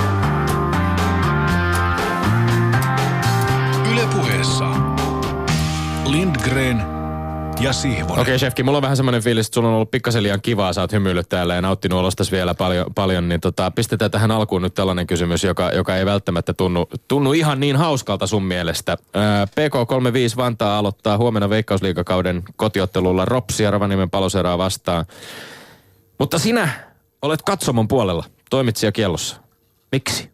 Yle Puheessa Lindgren ja Sihvonen. Okei, Shefki, mulla on vähän semmoinen fiilis, että sulla on ollut pikkasen liian kivaa. Sä oot hymyillyt täällä ja nauttinut olostas vielä paljon niin pistetään tähän alkuun nyt tällainen kysymys, joka ei välttämättä tunnu ihan niin hauskalta sun mielestä. PK35 Vantaa aloittaa huomenna Veikkausliigakauden kotiottelulla Ropsia Rovaniemen Paloseraa vastaan. Mutta sinä olet katsomon puolella, toimitsijakiellossa. Miksi?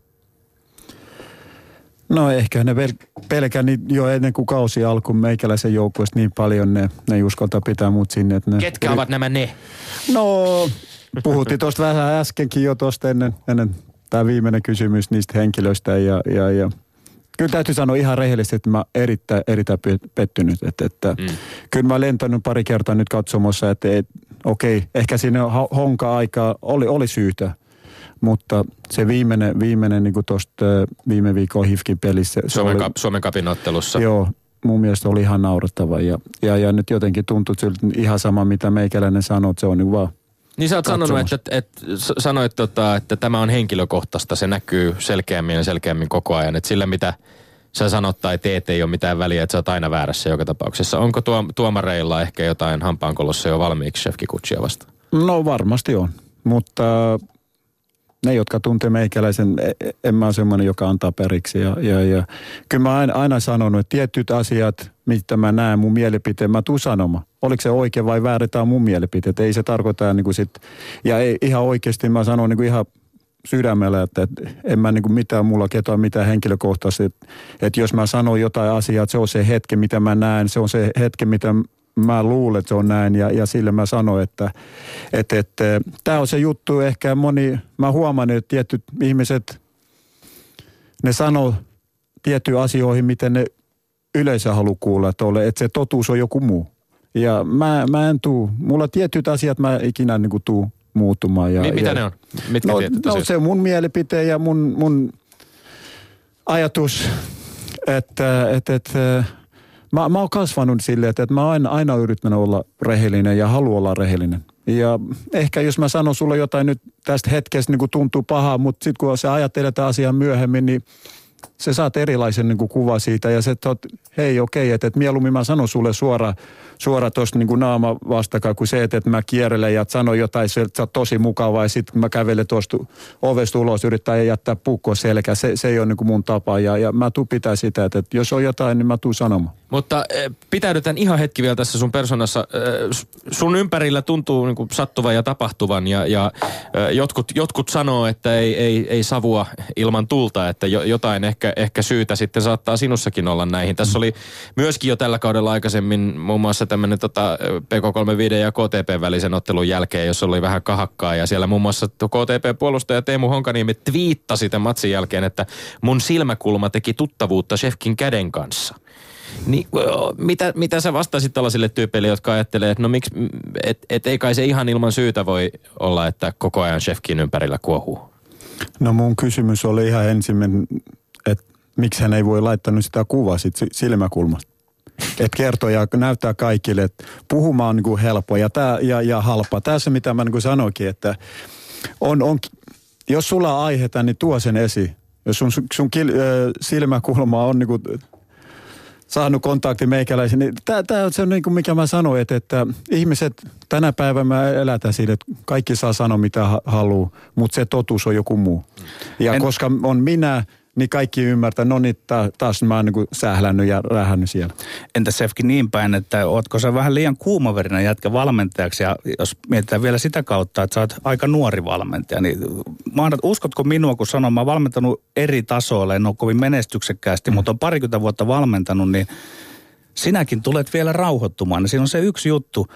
No ehkä ne pelkään jo ennen kuin kausi alkuun meikäläisen joukkueesta niin paljon, ne ei uskalta pitää mut sinne. Että ketkä ovat nämä ne? No, puhuttiin tuosta vähän äskenkin jo tuosta ennen tämä viimeinen kysymys niistä henkilöistä ja kyllä täytyy sanoa ihan rehellisesti, että mä erittäin pettynyt. Kyllä mä lentänyt pari kertaa nyt katsomossa, että okei, ehkä siinä honka-aikaa oli syytä. Mutta se viimeinen niin kuin tuosta viime viikon HIFKin pelissä. Suomen Cupin ottelussa. Joo, mun mielestä oli ihan naurattava. Ja nyt jotenkin tuntui ihan sama, mitä meikäläinen sanoi, että se on niin vaan niin sä oot sanonut, että tämä on henkilökohtaista. Se näkyy selkeämmin koko ajan. Että sillä, mitä sä sanot tai teet, ei ole mitään väliä, että sä oot aina väärässä joka tapauksessa. Onko tuomareilla ehkä jotain hampaankolossa jo valmiiksi Shefki Kutsia vastaan? No varmasti on, mutta... Ne, jotka tuntee meikäläisen, en mä ole semmoinen, joka antaa periksi. Ja kyllä mä aina sanonut, että tietyt asiat, mitä mä näen mun mielipiteen, mä tuun sanomaan. Oliko se oikein vai väärin, tämä on mun mielipiteet. Ei se tarkoita niin kuin sit, ja ei, ihan oikeasti mä sanon niin kuin ihan sydämellä, että en mä niin kuin mitään mulla ketään mitään henkilökohtaisesti. Että jos mä sanon jotain asiaa, että se on se hetki, mitä mä näen, se on se hetki, mitä mä luulen, että se on näin ja sille mä sanoin, että tämä on se juttu ehkä mä huomaan, että tietyt ihmiset, ne sanoo tiettyihin asioihin, miten ne yleensä haluaa kuulla, että se totuus on joku muu. Ja mä en mulla tietyt asiat mä ikinä niin kuin tuu muuttumaan. Mitä ne on? Mitkä tietyt asiat? No se on mun mielipite ja mun ajatus, että Mä oon kasvanut silleen, että mä oon aina yrittänyt olla rehellinen ja haluan olla rehellinen. Ja ehkä jos mä sanon sulle jotain nyt tästä hetkestä niin kuin tuntuu pahaa, mutta sitten kun sä ajattelet asiaa myöhemmin, niin sä saat erilaisen niin kuin kuva siitä. Ja se hei okei, että mieluummin mä sanon sulle suora tosta niin kuin naama vastakaan kuin se, että mä kierrelen ja sanon jotain, että sä oot tosi mukavaa ja sitten mä kävelen tuosta ovesta ulos, yrittää jättää puukkoa selkää. Se ei ole niin kuin mun tapa ja mä tuun pitää sitä, että jos on jotain, niin mä tuun sanomaan. Mutta pitäydytään ihan hetki vielä tässä sun persoonassa. Sun ympärillä tuntuu niin kuin sattuvan ja tapahtuvan ja jotkut sanoo, että ei savua ilman tulta, että jotain ehkä syytä sitten saattaa sinussakin olla näihin. Tässä oli myöskin jo tällä kaudella aikaisemmin muun muassa tämmöinen PK35 ja KTP välisen ottelun jälkeen, jossa oli vähän kahakkaa ja siellä muun muassa KTP-puolustaja Teemu Honkaniemi twiittasi tämän matsin jälkeen, että mun silmäkulma teki tuttavuutta Shefkin käden kanssa. Niin, mitä sä vastasit tällaisille tyypeille, jotka ajattelee, että no miksi, et ei kai se ihan ilman syytä voi olla, että koko ajan chefkin ympärillä kuohuu? No mun kysymys oli ihan ensimmäinen, että miksi hän ei voi laittanut sitä kuvaa sit silmäkulmasta. Että kertoo ja näyttää kaikille, että puhumaan on niin kuin helppoa ja halpaa. Tässä mitä mä niin kuin sanoinkin, että jos sulla on aiheita, niin tuo sen esiin. Jos sun silmäkulma on niin kuin saanut kontakti meikäläisiin, niin tämä on se, niin kuin mikä mä sanoin, että ihmiset tänä päivänä mä elätään siitä, että kaikki saa sanoa mitä haluaa, mutta se totuus on joku muu. Ja koska on minä, niin kaikki ymmärtää, no niin taas mä oon niin sählännyt ja rähännyt siellä. Entä Sefki niin päin, että ootko sä vähän liian kuumaverinen jätkä valmentajaksi ja jos mietitään vielä sitä kautta, että sä oot aika nuori valmentaja, niin uskotko minua, kun sanon, mä oon valmentanut eri tasoilla, en ole kovin menestyksekkäästi, mutta on 20 vuotta valmentanut, niin sinäkin tulet vielä rauhoittumaan. Ja siinä on se yksi juttu,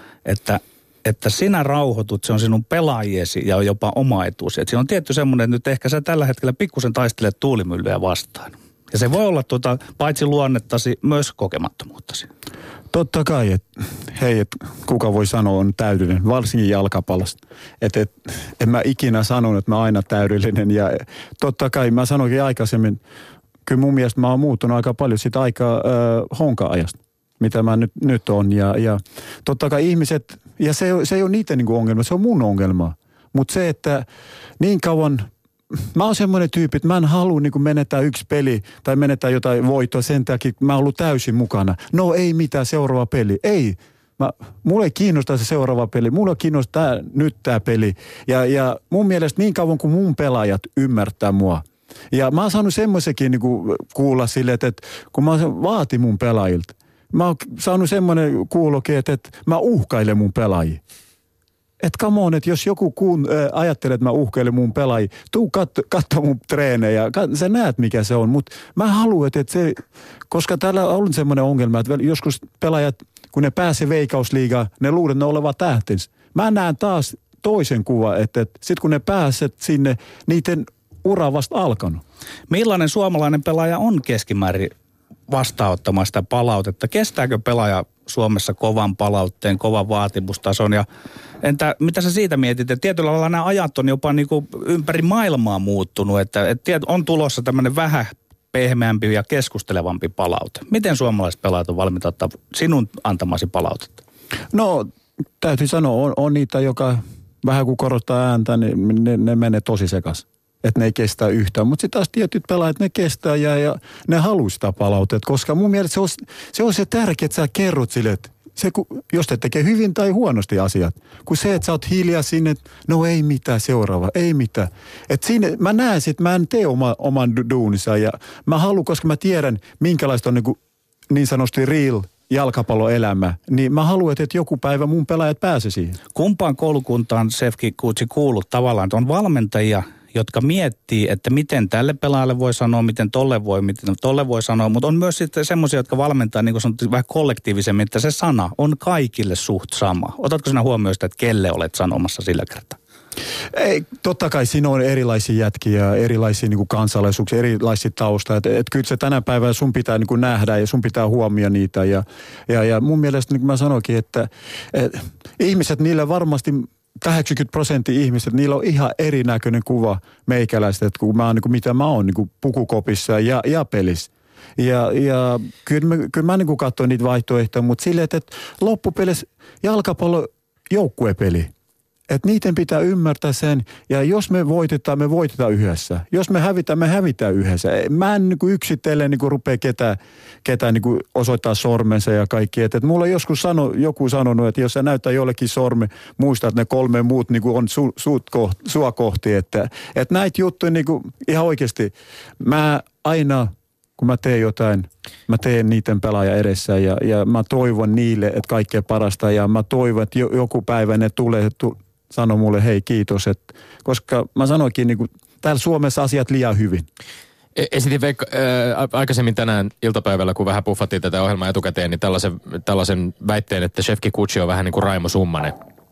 että sinä rauhoitut, se on sinun pelaajiesi ja jopa oma etusi. Siinä on tietty semmoinen, että nyt ehkä sä tällä hetkellä pikkusen taistelet tuulimyllyä vastaan. Ja se voi olla paitsi luonnettasi, myös kokemattomuuttasi. Totta kai, että kuka voi sanoa on täydellinen, varsinkin jalkapallosta. Että en mä ikinä sanonut, että mä oon aina täydellinen. Ja totta kai mä sanoinkin aikaisemmin, kyllä mun mielestä mä oon muuttunut aika paljon sitä aikaa honka-ajasta, mitä mä nyt on. Ja totta kai ihmiset, ja se ei ole niiden niinku ongelma, se on mun ongelma. Mutta se, että niin kauan, mä oon semmoinen tyyppi, että mä en halua niinku menettää yksi peli tai menettää jotain voittoa sen takia, mä oon ollut täysin mukana. No ei mitään, seuraava peli. Ei. Mulla ei kiinnosta se seuraava peli, mulla kiinnostaa nyt tää peli. Ja mun mielestä niin kauan kuin mun pelaajat ymmärtää mua. Ja mä oon saanut semmoisenkin niinku kuulla silleen, että kun mä vaatin mun pelaajilta, mä oon saanut semmoinen kuulokin, että mä uhkailen mun pelaajia. Että come on, että jos joku ajattelee, että mä uhkailen mun pelaajia, tuu katso mun treenejä, sä näet mikä se on. Mutta mä haluan, että se, koska täällä on semmoinen ongelma, että joskus pelaajat, kun ne pääsee Veikkausliigaan, ne luulee, että ne olevat tähtensä. Mä näen taas toisen kuvan, että sit kun ne pääset sinne, niiden ura vasta alkanut. Millainen suomalainen pelaaja on keskimäärin vastaanottamaan sitä palautetta? Kestääkö pelaaja Suomessa kovan palautteen, kovan vaatimustason? Ja entä mitä sä siitä mietit? Että tietyllä lailla nämä ajat on jopa niin kuin ympäri maailmaa muuttunut, että on tulossa tämmöinen vähän pehmeämpi ja keskustelevampi palaute. Miten suomalaiset pelaajat on valmiita ottaa sinun antamasi palautetta? No, täytyy sanoa, on niitä, joka vähän kun korottaa ääntä, niin ne menee tosi sekas. Että ne ei kestä yhtään. Mutta sitten taas tietyt pelaajat, ne kestää ja ne haluaa sitä palautetta. Koska mun mielestä se on se tärkeä, että sä kerrot sille, että jos te tekee hyvin tai huonosti asiat. Kun se, että sä oot hiljaa sinne, no ei mitään seuraava, ei mitään. Että siinä mä näen, että mä en tee oman duunissa ja mä haluan, koska mä tiedän, minkälaista on niin sanotusti real jalkapalloelämä, niin mä haluan, että joku päivä mun pelaajat pääsee siihen. Kumpaan koulukuntaan Sefki Kuutsi kuulut tavallaan, että on valmentajia, jotka miettii, että miten tälle pelaajalle voi sanoa, miten tolle voi sanoa, mutta on myös sitten semmoisia, jotka valmentaa, niin kuin sanottu, vähän kollektiivisemmin, että se sana on kaikille suht sama. Otatko sinä huomioon sitä, että kelle olet sanomassa sillä kertaa? Ei, totta kai siinä on erilaisia jätkiä, erilaisia niin kuin kansalaisuuksia, erilaisia taustaa. Et kyllä se tänä päivänä sun pitää niin kuin nähdä ja sun pitää huomioida niitä. Ja mun mielestä, niin kuin mä sanoinkin, että ihmiset, niillä varmasti 80% ihmiset, niillä on ihan erinäköinen kuva meikäläistä, että kun mä oon, niin kuin, mitä mä oon niin kuin pukukopissa ja pelissä. Ja kyllä mä niin kuin katsoin niitä vaihtoehtoja, mutta silleen, että loppupelissä jalkapallo joukkuepeli. Että niiden pitää ymmärtää sen, ja jos me voitetaan yhdessä. Jos me hävitään yhdessä. Mä en niin kuin yksitellen niin kuin rupea ketään niin kuin osoittaa sormensa ja kaikki. Että mulla on joskus joku sanonut, että jos sä näyttää jollekin sorme, muista, että ne 3 muut niin kuin on sua kohti. Että näitä juttuja niin kuin ihan oikeasti, mä aina, kun mä teen jotain, mä teen niiden pelaajan edessä ja mä toivon niille, että kaikkea parasta. Ja mä toivon, että joku päivä ne tulee sano mulle hei kiitos, koska mä sanoinkin niin kuin, täällä Suomessa asiat liian hyvin. Esitin Veikka aikaisemmin tänään iltapäivällä, kun vähän puffattiin tätä ohjelmaa etukäteen, niin tällaisen väitteen, että Sefki Kuutsi on vähän niin kuin Raimo Summanen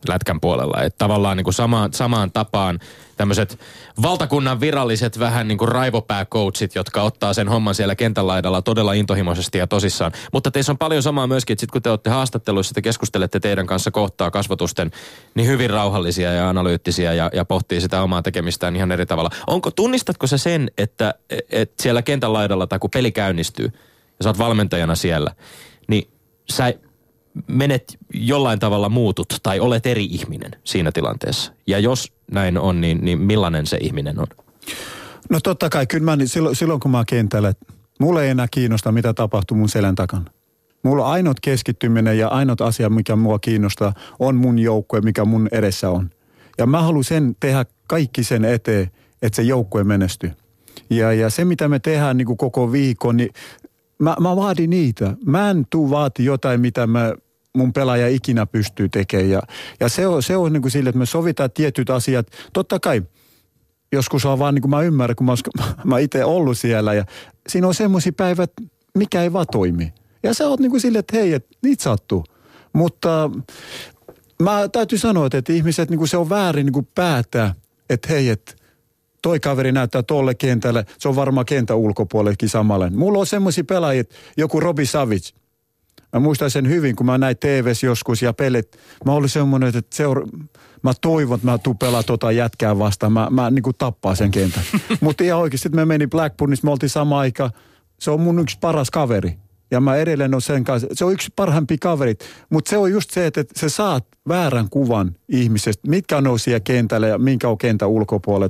lätkän puolella. Että tavallaan niin kuin samaan tapaan tämmöiset valtakunnan viralliset vähän niin kuin raivopääcoachit, jotka ottaa sen homman siellä kentän laidalla todella intohimoisesti ja tosissaan. Mutta teissä on paljon samaa myöskin, että sit kun te olette haastatteluissa, te keskustelette teidän kanssa kohtaa kasvotusten niin hyvin rauhallisia ja analyyttisiä ja pohtii sitä omaa tekemistään ihan eri tavalla. Tunnistatko sä sen, että siellä kentän laidalla tai kun peli käynnistyy ja sä oot valmentajana siellä, niin sä menet jollain tavalla muutut tai olet eri ihminen siinä tilanteessa. Ja jos näin on, niin millainen se ihminen on? No totta kai, kyllä mä silloin kun mä oon kentällä, mulla ei enää kiinnosta, mitä tapahtuu mun selän takana. Mulla on ainut keskittyminen ja ainut asia, mikä mua kiinnostaa, on mun joukkue, mikä mun edessä on. Ja mä haluan sen tehdä kaikki sen eteen, että se joukkue menestyy. Ja se, mitä me tehdään niin kuin koko viikon, niin mä vaadin niitä. Mä en tuu vaati jotain, mitä mun pelaaja ikinä pystyy tekemään. Ja se on niin kuin sille, että me sovitaan tietyt asiat. Totta kai, joskus on vaan niin kuin mä ymmärrän, kun mä itse ollut siellä. Ja siinä on semmoisia päivät, mikä ei vaan toimi. Ja sä oot niin kuin sille, että hei, että niitä sattuu. Mutta mä täytyy sanoa, että ihmiset, niin kuin se on väärin niin kuin päättää, että hei, että toi kaveri näyttää tolle kentälle, se on varmaan kentän ulkopuolellekin samalla. Mulla on semmoisia pelaajia, joku Robi Savic. Mä muistan sen hyvin, kun mä näin TV:ssä joskus ja pelit. Mä olin semmoinen, että mä toivon, että mä tuun pelaa tota jätkää vastaan. Mä niin kuin tappaa sen kentän. Mutta ihan oikeasti, me meni Blackburnissa, me oltiin sama aika. Se on mun yksi paras kaveri. Ja mä edelleen on sen kanssa. Se on yksi parhaimpi kaverit. Mutta se on just se, että sä saat väärän kuvan ihmisestä. Mitkä on siellä kentällä ja minkä on kentän ulkopuolella.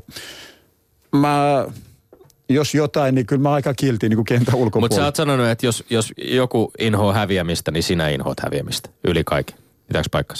Jos jotain, niin kyllä mä aika kiltin niin kuin kentän ulkopuolella. Mutta sä oot sanonut, että jos joku inhoa häviämistä, niin sinä inhoat häviämistä. Yli kaiken. Pitääkö paikkansa?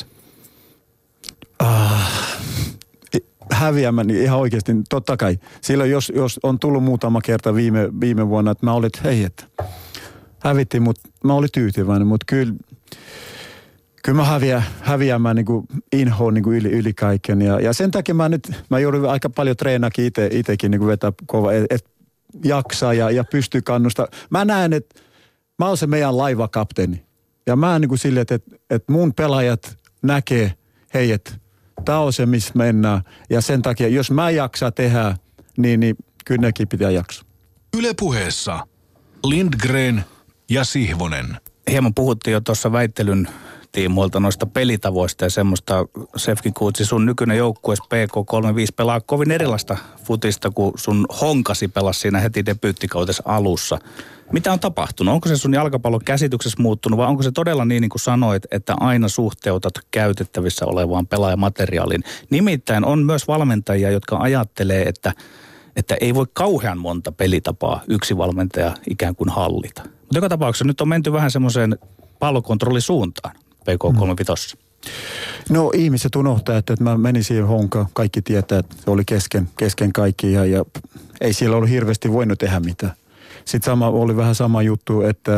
Häviämään, niin ihan oikeasti, totta kai. Silloin jos on tullut muutama kerta viime vuonna, että mä olin, että hei, että hävittiin, mutta mä olin tyytyväinen. Mutta kyllä mä häviämään niin kuin inhoon niin kuin yli kaiken. Ja sen takia mä joudun aika paljon treenaakin itsekin niin kuin vetää kova, että jaksaa ja pystyy kannustaa. Mä näen, että mä oon se meidän laivakapteeni. Ja mä niin kuin silleen, että mun pelaajat näkee, hei, että tää on se, missä mennään. Ja sen takia, jos mä jaksaa tehdä, niin kyllä nekin pitää jaksaa. Yle Puheessa Lindgren ja Sihvonen. Hieman puhuttiin jo tuossa väittelyn tiimoilta noista pelitavoista ja semmoista, Sefkin Kuutsi, sun nykyinen joukkueessa PK35 pelaa kovin erilaista futista, kuin sun honkasi pelasi siinä heti debyyttikautessa alussa. Mitä on tapahtunut? Onko se sun jalkapallon käsityksessä muuttunut vai onko se todella niin kuin sanoit, että aina suhteutat käytettävissä olevaan pelaajamateriaaliin? Nimittäin on myös valmentajia, jotka ajattelee, että ei voi kauhean monta pelitapaa yksi valmentaja ikään kuin hallita. Mutta joka tapauksessa nyt on menty vähän semmoiseen pallokontrollisuuntaan PK35. No ihmiset unohtaa, että mä menin siihen honkaan. Kaikki tietää, että se oli kesken kaikki ja ei siellä ollut hirveästi voinut tehdä mitään. Sitten oli vähän sama juttu, että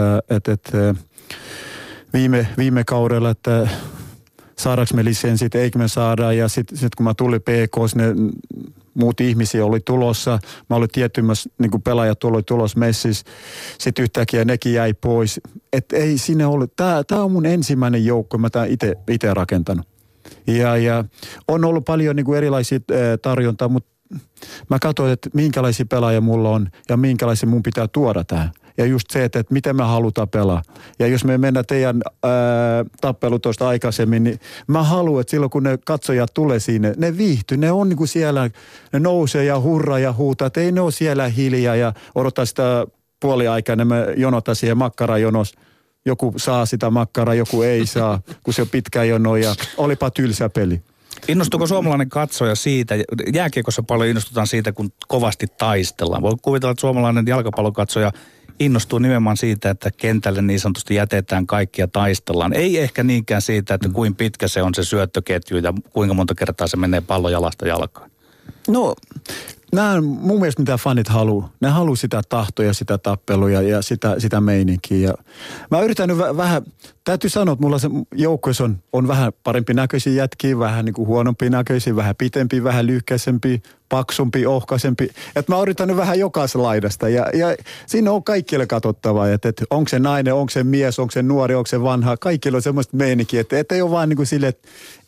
viime kaudella, että saadaanko me lisenssit, eikö me saada. Ja sitten kun mä tulin PK, ne muut ihmisiä oli tulossa. Mä olin tietymässä, niin kuin pelaajat oli tulossa messissä. Sitten yhtäkkiä nekin jäi pois. Että ei siinä ollut. Tää on mun ensimmäinen joukko, mä tää itse rakentanut. Ja on ollut paljon niin kuin erilaisia tarjontaa, mutta mä katsoin, että minkälaisia pelaajia mulla on ja minkälaisia mun pitää tuoda tähän. Ja just se, että miten me halutaan pelaa. Ja jos me mennään teidän tappelu tuosta aikaisemmin, niin mä haluan, että silloin kun ne katsojat tulee sinne, ne viihtyy. Ne on niin kuin siellä, ne nousee ja hurraa ja huutaa, että ei ne ole siellä hiljaa ja odottaa sitä puoliaikaa, ne me jonotaan siihen makkarajonos. Joku saa sitä makkaraa, joku ei saa, kun se on pitkä jono ja olipa tylsä peli. Innostuuko suomalainen katsoja siitä, jääkiekossa paljon innostutaan siitä, kun kovasti taistellaan. Voi kuvitella, että suomalainen jalkapallokatsoja innostuu nimenomaan siitä, että kentälle niin sanotusti jätetään kaikkia taistellaan. Ei ehkä niinkään siitä, että kuinka pitkä se on se syöttöketju ja kuinka monta kertaa se menee pallo jalasta jalkaan. No, nämä on mun mielestä mitä fanit haluaa. Ne haluaa sitä tahtoa ja sitä tappelua ja sitä meininkiä. Ja mä yritän nyt vähän, täytyy sanoa, että mulla se joukkueessa on vähän parempi näköisiä jätkiä, vähän niin kuin huonompi näköisiä, vähän pitempi, vähän lyhkäisempi, paksumpi, ohkaisempi. Että mä yritän nyt vähän jokaisen laidasta ja siinä on kaikille katsottavaa, että onko se nainen, onko se mies, onko se nuori, onko se vanha. Kaikilla on semmoista meininkiä, että ei ole vaan niin kuin sille, että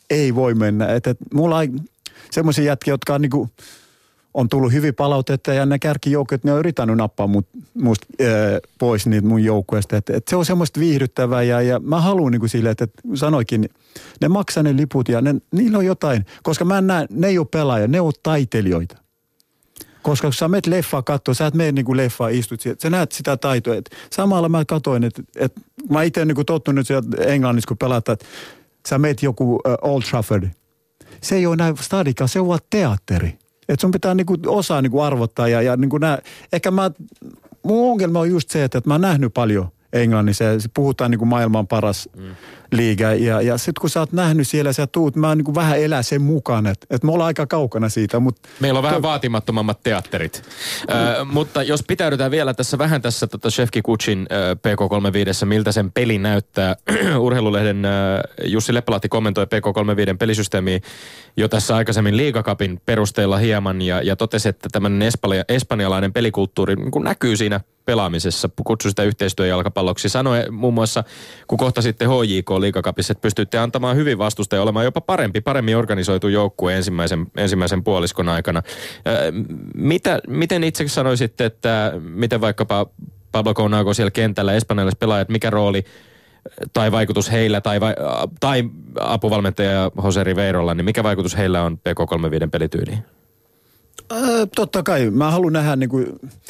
ei voi mennä. Että mulla on semmoisia jätkiä, jotka on niinku, on tullut hyvin palautetta ja ne kärkijoukkueet, ne on yrittänyt nappaa musta pois niitä mun joukkueesta. Että se on semmoista viihdyttävää ja mä haluan niinku silleen, että sanoikin, ne maksaa ne liput ja niillä on jotain. Koska mä en näe, ne ei ole pelaajia, ne on taiteilijoita. Koska kun sä menet leffaa katsoa, sä et mene niinku leffaa istut, sä näet sitä taitoa. Et samalla mä katsoin, että mä itse niinku tottunut sieltä Englannissa, kun pelataan, että sä menet joku Old Trafford. Se ei ole näin stadika, se on vaan teatteri. Että sun pitää niinku osaa niinku arvottaa ja niinku ehkä mun ongelma on just se, että mä oon nähnyt paljon Englannissa ja puhutaan niinku maailman paras liiga ja sit kun sä oot nähnyt siellä, sä tuut, mä niinku vähän elää sen mukaan, että me ollaan aika kaukana siitä. Meillä on vähän vaatimattomammat teatterit. Mutta jos pitäydytään vielä vähän tässä Chef Kikuchin PK35, miltä sen peli näyttää. Urheilulehden Jussi Leppälahti kommentoi PK35 pelisysteemiä jo tässä aikaisemmin Liigacupin perusteella hieman ja totesi, että tämmöinen espanjalainen pelikulttuuri niin kuin näkyy siinä pelaamisessa, kutsui sitä yhteistyöjalkapalloksi. Sanoi muun muassa, kun kohtasitte HJK Liigacupissa, että pystyitte antamaan hyvin vastusta ja olemaan jopa paremmin organisoitu joukkue ensimmäisen puoliskon aikana. Miten itse sanoisitte, että miten vaikkapa Pablo Counago siellä kentällä, espanjalaiset pelaajat, mikä rooli tai vaikutus heillä tai apuvalmentaja Jose Riveirolla, niin mikä vaikutus heillä on PK35 pelityyliin? Totta kai. Mä haluan nähdä niinku...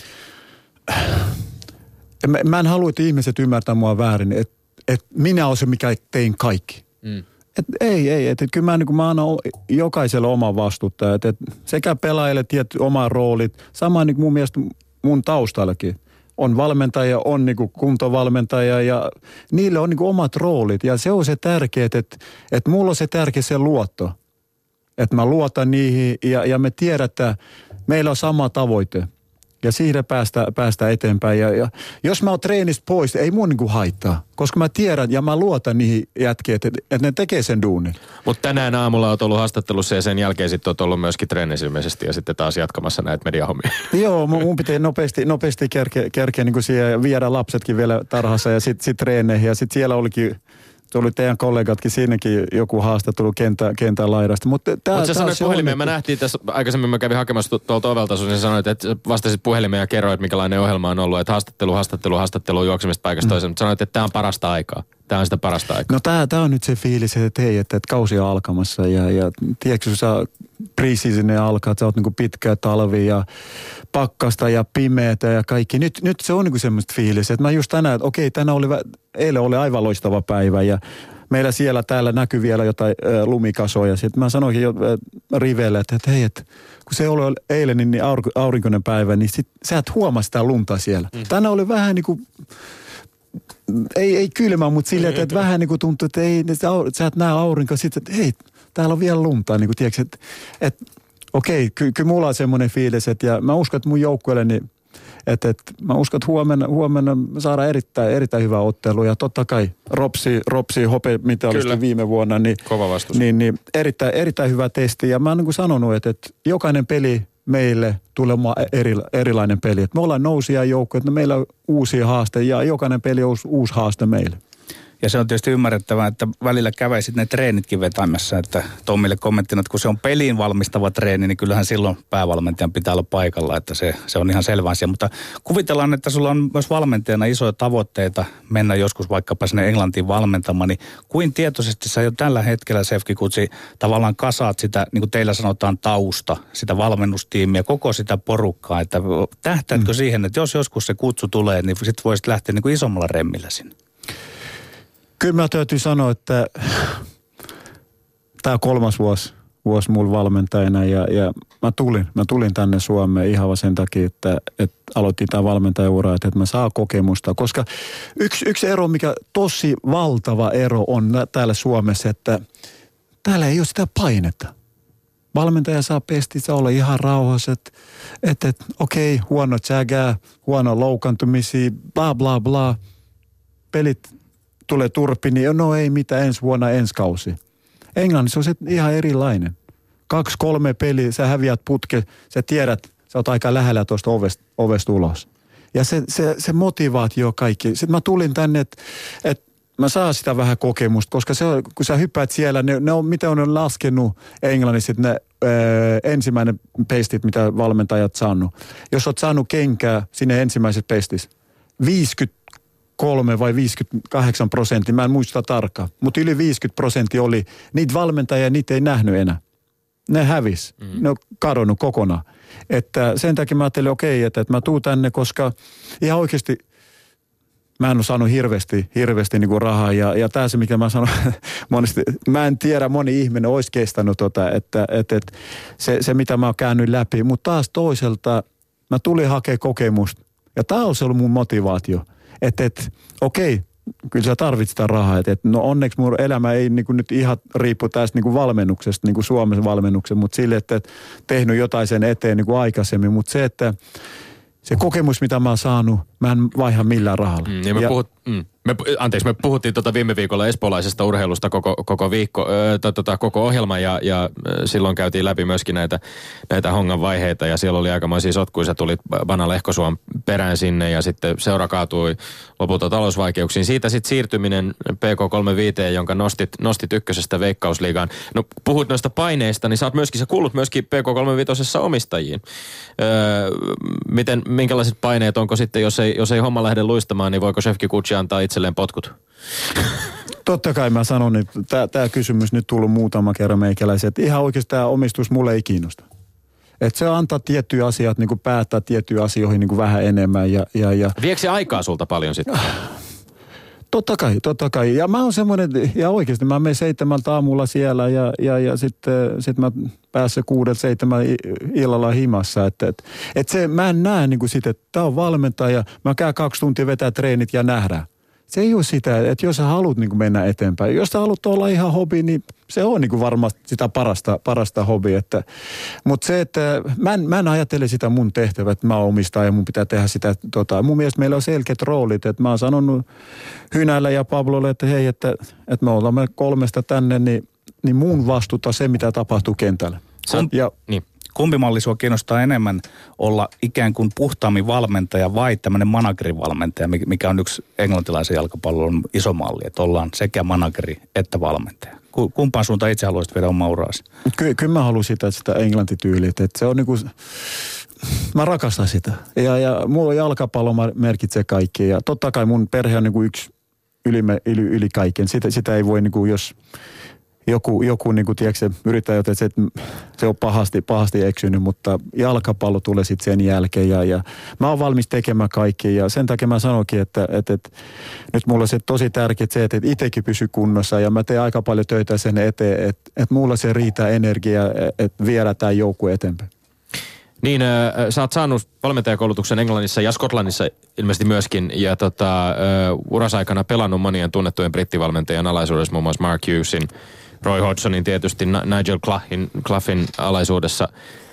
Mä en halua, että ihmiset ymmärtää mua väärin, että minä olen se, mikä tein kaikki. Että kyllä mä annan jokaiselle oman vastuuta. Että sekä pelaajille tietty oma roolit, sama niin mun mielestä mun taustallakin. On valmentaja, on niin kuin kuntovalmentaja ja niille on niin kuin omat roolit. Ja se on se tärkeä, että mulla on se tärkeä se luotto. Että mä luotan niihin ja me tiedän, että meillä on sama tavoite. Ja siitä päästä eteenpäin. Ja jos mä oon treenistä pois, ei mun niinku haittaa. Koska mä tiedän ja mä luotan niihin jätkiin, että ne tekee sen duunin. Mutta tänään aamulla oot ollut haastattelussa ja sen jälkeen sitten oot ollut myöskin treenissä ilmeisesti ja sitten taas jatkamassa näitä mediahommia. Joo, mun pitää nopeasti kerkeä niinku siihen ja viedä lapsetkin vielä tarhassa ja sit treeneihin. Ja sit siellä oli teidän kollegatkin siinäkin joku haastattelu kentän laidasta. Mutta sä sanoit puhelimeen, mä nähtiin tässä, aikaisemmin mä kävin hakemassa tuolta ovelta sun, ja sanoit, että vastasit puhelimeen ja kerroit, minkälainen ohjelma on ollut, että haastattelu juoksemista paikasta toiseen, mutta sanoit, että tämä on parasta aikaa. Tämä on sitä parasta aikaa. No tää on nyt se fiilis, että hei, että kausi on alkamassa ja tiedätkö, kun sä pre-seasonin alkaa, että sä oot niinku pitkää talvi ja pakkasta ja pimeätä ja kaikki. Nyt se on niinku semmoista fiilis, että mä just tänään, että okei, eilen oli aivan loistava päivä ja meillä täällä näkyy vielä jotain lumikasoja. Sitten mä sanoinkin jo Rivelle, että hei, että kun se oli eilen niin aurinkoinen päivä, niin sit sä et huomaa sitä lunta siellä. Tänään oli vähän niinku... Ei kylmä, mutta silleen, että vähän niin kuin tuntuu, että ei, sä et näe aurinkoa sitten, että hei, täällä on vielä lunta, niin kuin tiedätkö, että okei, kyllä mulla on semmoinen fiilis, ja mä uskon, että mun joukkueelle, niin, että mä uskon, että huomenna saadaan erittäin hyvä ottelu, ja totta kai Ropsi Hope, mitä oli viime vuonna, niin, kova vastus. Niin erittäin hyvä testi, ja mä oon niin kuin sanonut, että jokainen peli meille tulee erilainen peli. Et me ollaan nousia joukkoja, että meillä on uusia haasteita ja jokainen peli on uusi haaste meille. Ja se on tietysti ymmärrettävää, että välillä käväisit ne treenitkin vetämässä, että Tommille kommenttina, että kun se on peliin valmistava treeni, niin kyllähän silloin päävalmentajan pitää olla paikalla, että se on ihan selvä asia. Mutta kuvitellaan, että sulla on myös valmentajana isoja tavoitteita mennä joskus vaikkapa sinne Englantiin valmentamaan, niin kuin tietoisesti sä jo tällä hetkellä, Chef Kikuchi, tavallaan kasaat sitä, niin kuin teillä sanotaan, tausta, sitä valmennustiimiä, koko sitä porukkaa, että tähtäätkö siihen, että jos joskus se kutsu tulee, niin sit voisit lähteä niin kuin isommalla remmillä sinne? Kyllä mä täytyy sanoa, että tämä on 3. vuosi mulla valmentajana ja mä tulin tänne Suomeen ihan vaan sen takia, että aloitin tämä valmentajaura, että mä saan kokemusta. Koska yksi ero, mikä tosi valtava ero on täällä Suomessa, että täällä ei ole sitä painetta. Valmentaja saa pestissä olla ihan rauhassa, että okei, huono tsägää, huono loukantumisia, bla bla bla, pelit tulee turpi, niin no ei mitään ensi vuonna, ensi kausi. Englannissa on se ihan erilainen. 2-3 peliä, sä häviät putke, sä tiedät, sä oot aika lähellä tuosta ovesta ulos. Ja se motivaatio kaikki. Sitten mä tulin tänne, että mä saan sitä vähän kokemusta, koska se on, kun sä hyppäät siellä, ne on, mitä on laskenut Englannissa, että ne ensimmäinen pestit, mitä valmentajat saanut. Jos oot saanut kenkää sinne ensimmäisessä pestissä, 53 vai 58%, mä en muista tarkkaan, mutta yli 50% oli, niitä valmentajia, niitä ei nähnyt enää. Ne hävis, ne on kadonnut kokonaan. Että sen takia mä ajattelin, okei, että mä tuun tänne, koska ihan oikeasti mä en ole saanut hirveästi niin kuin rahaa. Ja tää se, mikä mä sanon, monesti, mä en tiedä, moni ihminen olisi kestänyt että se mitä mä oon käynyt läpi. Mutta taas toiselta mä tulin hakemaan kokemusta. Ja tää on ollut mun motivaatio. Että okei, kyllä sä tarvitset sitä rahaa. No onneksi mun elämä ei niin kuin nyt ihan riippu tästä niin kuin valmennuksesta, niin kuin Suomen valmennuksen, mutta sille, että tehnyt jotain sen eteen niin kuin aikaisemmin. Mutta se, että se kokemus, mitä mä oon saanut, mä en vaiha millään rahalla. Me puhuttiin viime viikolla espoolaisesta urheilusta koko viikko, koko ohjelma ja silloin käytiin läpi myöskin näitä hongan vaiheita ja siellä oli aikamoisia sotkuja. Sä tulit Bana Lehkosuon perään sinne ja sitten seura kaatui lopulta talousvaikeuksiin. Siitä sitten siirtyminen PK35, jonka nostit ykkösestä Veikkausliigaan. No puhut noista paineista, niin sä kuulut myöskin PK35 omistajiin. Minkälaiset paineet onko sitten, jos ei homma lähde luistamaan, niin voiko Shefki Kutsi antaa itselleen potkut? Totta kai mä sanon, että tämä kysymys nyt tullut muutama kerran meikäläisen, että ihan oikeasti tämä omistus mulle ei kiinnosta. Että se antaa tiettyjä asioita, niin kuin päättää tiettyihin asioihin niin kuin vähän enemmän. Ja. Viekö se aikaa sulta paljon sitten? Totta kai. Ja mä oon semmoinen, ja oikeasti mä menen 7 aamulla siellä ja sitten mä pääsen 6-7 illalla himassa. Että se, mä en näe niin kuin sitä, että tää on valmentaja, mä käyn 2 tuntia vetää treenit ja nähdään. Se ei ole sitä, että jos sä haluat niin kuin mennä eteenpäin. Jos sä haluat olla ihan hobi, niin se on niin kuin varmasti sitä parasta hobi. Mutta se, että mä en ajattele sitä mun tehtävää, että mä oon omistaja ja mun pitää tehdä sitä. Mun mielestä meillä on selkeät roolit. Että mä oon sanonut Hynällä ja Pablolle, että hei, että me olemme 3 tänne, niin mun vastuuta se, mitä tapahtuu kentällä. Niin. Kumpi malli sua kiinnostaa enemmän olla ikään kuin puhtaammin valmentaja vai tämmöinen managerivalmentaja, mikä on yksi englantilaisen jalkapallon iso malli, että ollaan sekä manageri että valmentaja. Kumpaan suuntaan itse haluaisit viedä omaa uraasi? Kyllä mä haluan sitä englantityyliä, että se on niinku, mä rakastan sitä. Ja mulla jalkapallo merkitsee kaikkea ja totta kai mun perhe on niinku yksi yli kaiken. Sitä ei voi niinku, jos joku niin kuin, tiedätkö, yrittää jotain, että se on pahasti eksynyt, mutta jalkapallo tulee sitten sen jälkeen ja mä oon valmis tekemään kaikki ja sen takia mä sanoinkin, että nyt mulla on se tosi tärkeää se, että itsekin pysy kunnossa ja mä teen aika paljon töitä sen eteen, että mulla se riittää energiaa, että viedä tämä joukkue eteenpäin. Niin, sä oot saanut valmentajakoulutuksen Englannissa ja Skotlannissa ilmeisesti myöskin, ja urasaikana pelannut monien tunnettujen brittivalmentajien alaisuudessa, muun muassa Mark Hughesin, Roy Hodgsonin tietysti, Nigel Cloughin alaisuudessa.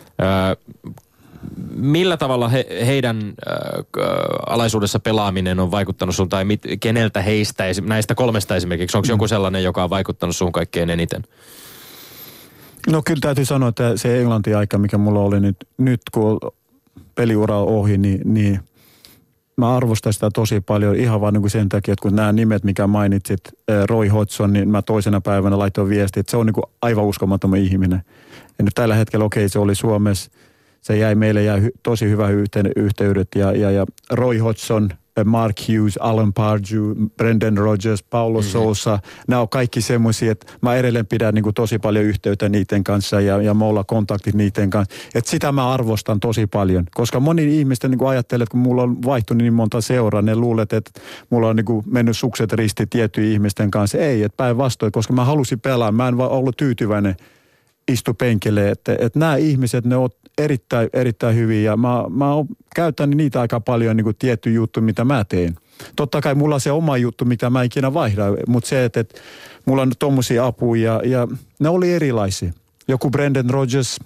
Millä tavalla heidän alaisuudessa pelaaminen on vaikuttanut sun, tai keneltä heistä, näistä 3 esimerkiksi, onko joku sellainen, joka on vaikuttanut sun kaikkein eniten? No kyllä täytyy sanoa, että se Englanti-aika, mikä mulla oli nyt kun peliura on ohi, niin mä arvostan sitä tosi paljon ihan vaan niin kuin sen takia, että kun nämä nimet, mikä mainitsit, Roy Hodgson, niin mä toisena päivänä laitoin viestiä, että se on niin kuin aivan uskomaton ihminen. Ja nyt tällä hetkellä, se oli Suomessa, meille jäi tosi hyvä yhteydet ja Roy Hodgson, Mark Hughes, Alan Pardew, Brendan Rodgers, Paulo Sousa, nämä on kaikki semmoisia, että mä edelleen pidän niin kuin tosi paljon yhteyttä niiden kanssa ja me ollaan kontaktit niiden kanssa. Että sitä mä arvostan tosi paljon, koska moni ihmisten niin kuin ajattelee, että kun mulla on vaihtunut niin monta seuraa, ne luulet, että mulla on niin kuin mennyt sukset risti tiettyjen ihmisten kanssa. Ei, että päinvastoin, koska mä halusin pelaa, mä en vaan ollut tyytyväinen istu penkille, että nämä ihmiset, ne on erittäin hyviä ja mä käytän niitä aika paljon niin kuin tietty juttu, mitä mä teen. Totta kai mulla on se oma juttu, mitä mä ikinä vaihdan, mutta se, että mulla on tommosia apuja ja ne oli erilaisia. Joku Brendan Rodgers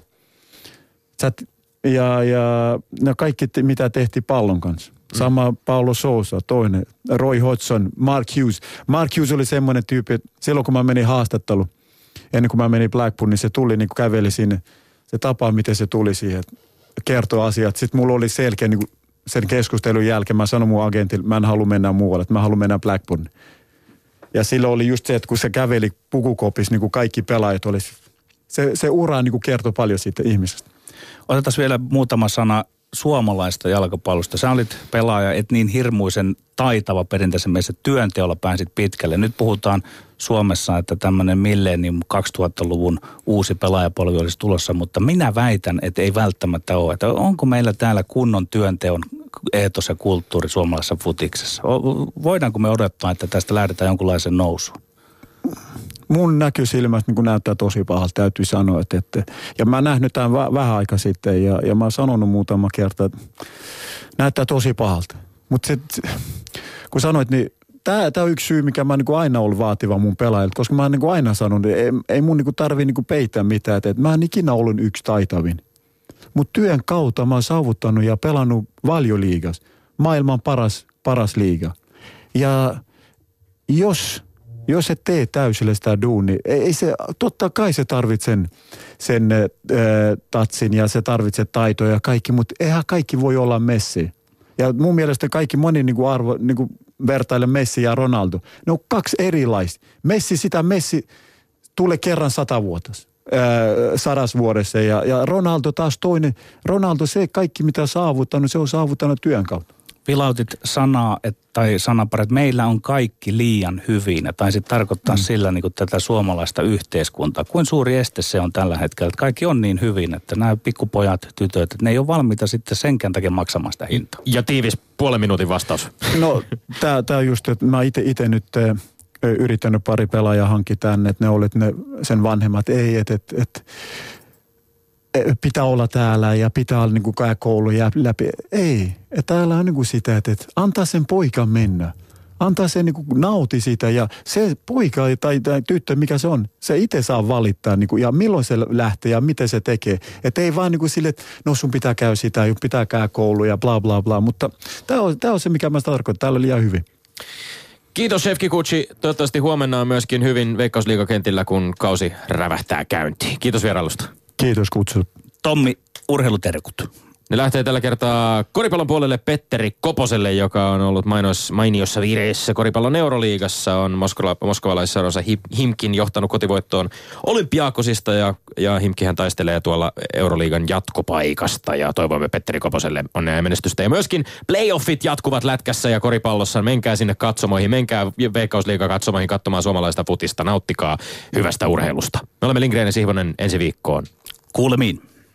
ja ne kaikki, mitä tehtiin pallon kanssa. Sama Paulo Sousa, toinen, Roy Hodgson, Mark Hughes. Mark Hughes oli semmoinen tyyppi, että silloin kun mä menin haastatteluun, ennen kuin mä menin Blackpool, niin se tuli niin kuin käveli sinne. Se tapa, miten se tuli siihen, kertoo asiat. Sitten mulla oli selkeä niin sen keskustelun jälkeen, mä sanoin mun agentille, mä en halua mennä muualle, että mä haluan mennä Blackpool. Ja silloin oli just se, että kun se käveli Pukukopissa, niin kuin kaikki pelaajat oli, se ura niin kuin kertoi paljon siitä ihmisestä. Otetaan vielä muutama sana suomalaista jalkapallosta. Sä olit pelaaja, et niin hirmuisen taitava perinteisen mielessä, työnteolla pääsit pitkälle. Nyt puhutaan Suomessa, että tämmöinen millennium 2000-luvun uusi pelaajapolvi olisi tulossa, mutta minä väitän, että ei välttämättä ole. Että onko meillä täällä kunnon työnteon eetos ja kulttuuri suomalaisessa futiksessa? Voidaanko me odottaa, että tästä lähdetään jonkunlaisen nousuun? Mun näkösilmästä niin näyttää tosi pahalta, täytyy sanoa. Että ja mä nähnyt tämän vähän aika sitten ja mä oon sanonut muutama kerta, että näyttää tosi pahalta. Mutta kun sanoit, niin tämä on yksi syy, mikä mä niin aina ollut vaativa mun pelaajilta, koska mä oon niin aina sanonut, että ei mun niin tarvitse niin peittää mitään, että mä en ikinä ollut yksi taitavin. Mutta työn kautta mä oon saavuttanut ja pelannut Valioliigas, maailman paras liiga. Ja jos et tee täysillä sitä duunia, ei se, totta kai se tarvitsee sen tatsin ja se tarvitsee taitoja ja kaikki, mutta eihän kaikki voi olla Messi. Ja mun mielestä kaikki moni niin kuin vertaile Messi ja Ronaldo. Ne on kaksi erilaista. Messi tulee kerran 100 vuodessa ja Ronaldo taas toinen. Ronaldo se kaikki mitä saavuttanut, se on saavuttanut työn kautta. Vilautit sanaa, tai sanaparit, että meillä on kaikki liian hyvin. Tai sitten tarkoittaa sillä niin kuin tätä suomalaista yhteiskuntaa. Kuin suuri este se on tällä hetkellä, että kaikki on niin hyvin, että nämä pikkupojat, tytöt, että ne ei ole valmiita sitten senkään takia maksamaan sitä hintaa. Ja tiivis puolen minuutin vastaus. No, tää on just, että mä itse nyt yrittänyt pari pelaajaa hankkia tänne, että ne olet sen vanhemmat. Ei, että pitää olla täällä ja pitää olla niin kuin koulu läpi. Ei, että täällä on niin kuin sitä, että antaa sen poikan mennä. Antaa sen niin kuin nauti siitä ja se poika tai tyttö, mikä se on, se itse saa valittaa niin kuin, ja milloin se lähtee ja miten se tekee. Että ei vaan niin kuin sille, että no sun pitää käydä sitä, pitää käydä koulu ja bla bla bla. Mutta tämä on se, mikä mä tarkoitan. Täällä oli ihan hyvin. Kiitos Chef Kikuchi. Toivottavasti huomenna on myöskin hyvin Veikkausliigakentillä, kun kausi rävähtää käyntiin. Kiitos vierailusta. Kiitos kutsut. Tommi, urheiluterkut. Ne lähtee tällä kertaa koripallon puolelle Petteri Koposelle, joka on ollut mainiossa vireissä koripallon Euroliigassa. On moskovalaisseuransa Himkin johtanut kotivoittoon Olympiakosista ja Himkihän taistelee tuolla Euroliigan jatkopaikasta. Ja toivomme Petteri Koposelle onnea ja menestystä. Ja myöskin playoffit jatkuvat lätkässä ja koripallossa. Menkää sinne katsomoihin, menkää Veikkausliigan katsomoihin katsomaan suomalaista futista. Nauttikaa hyvästä urheilusta. Me olemme Lindgren ja Sihvonen ensi viikkoon. Kuulemiin.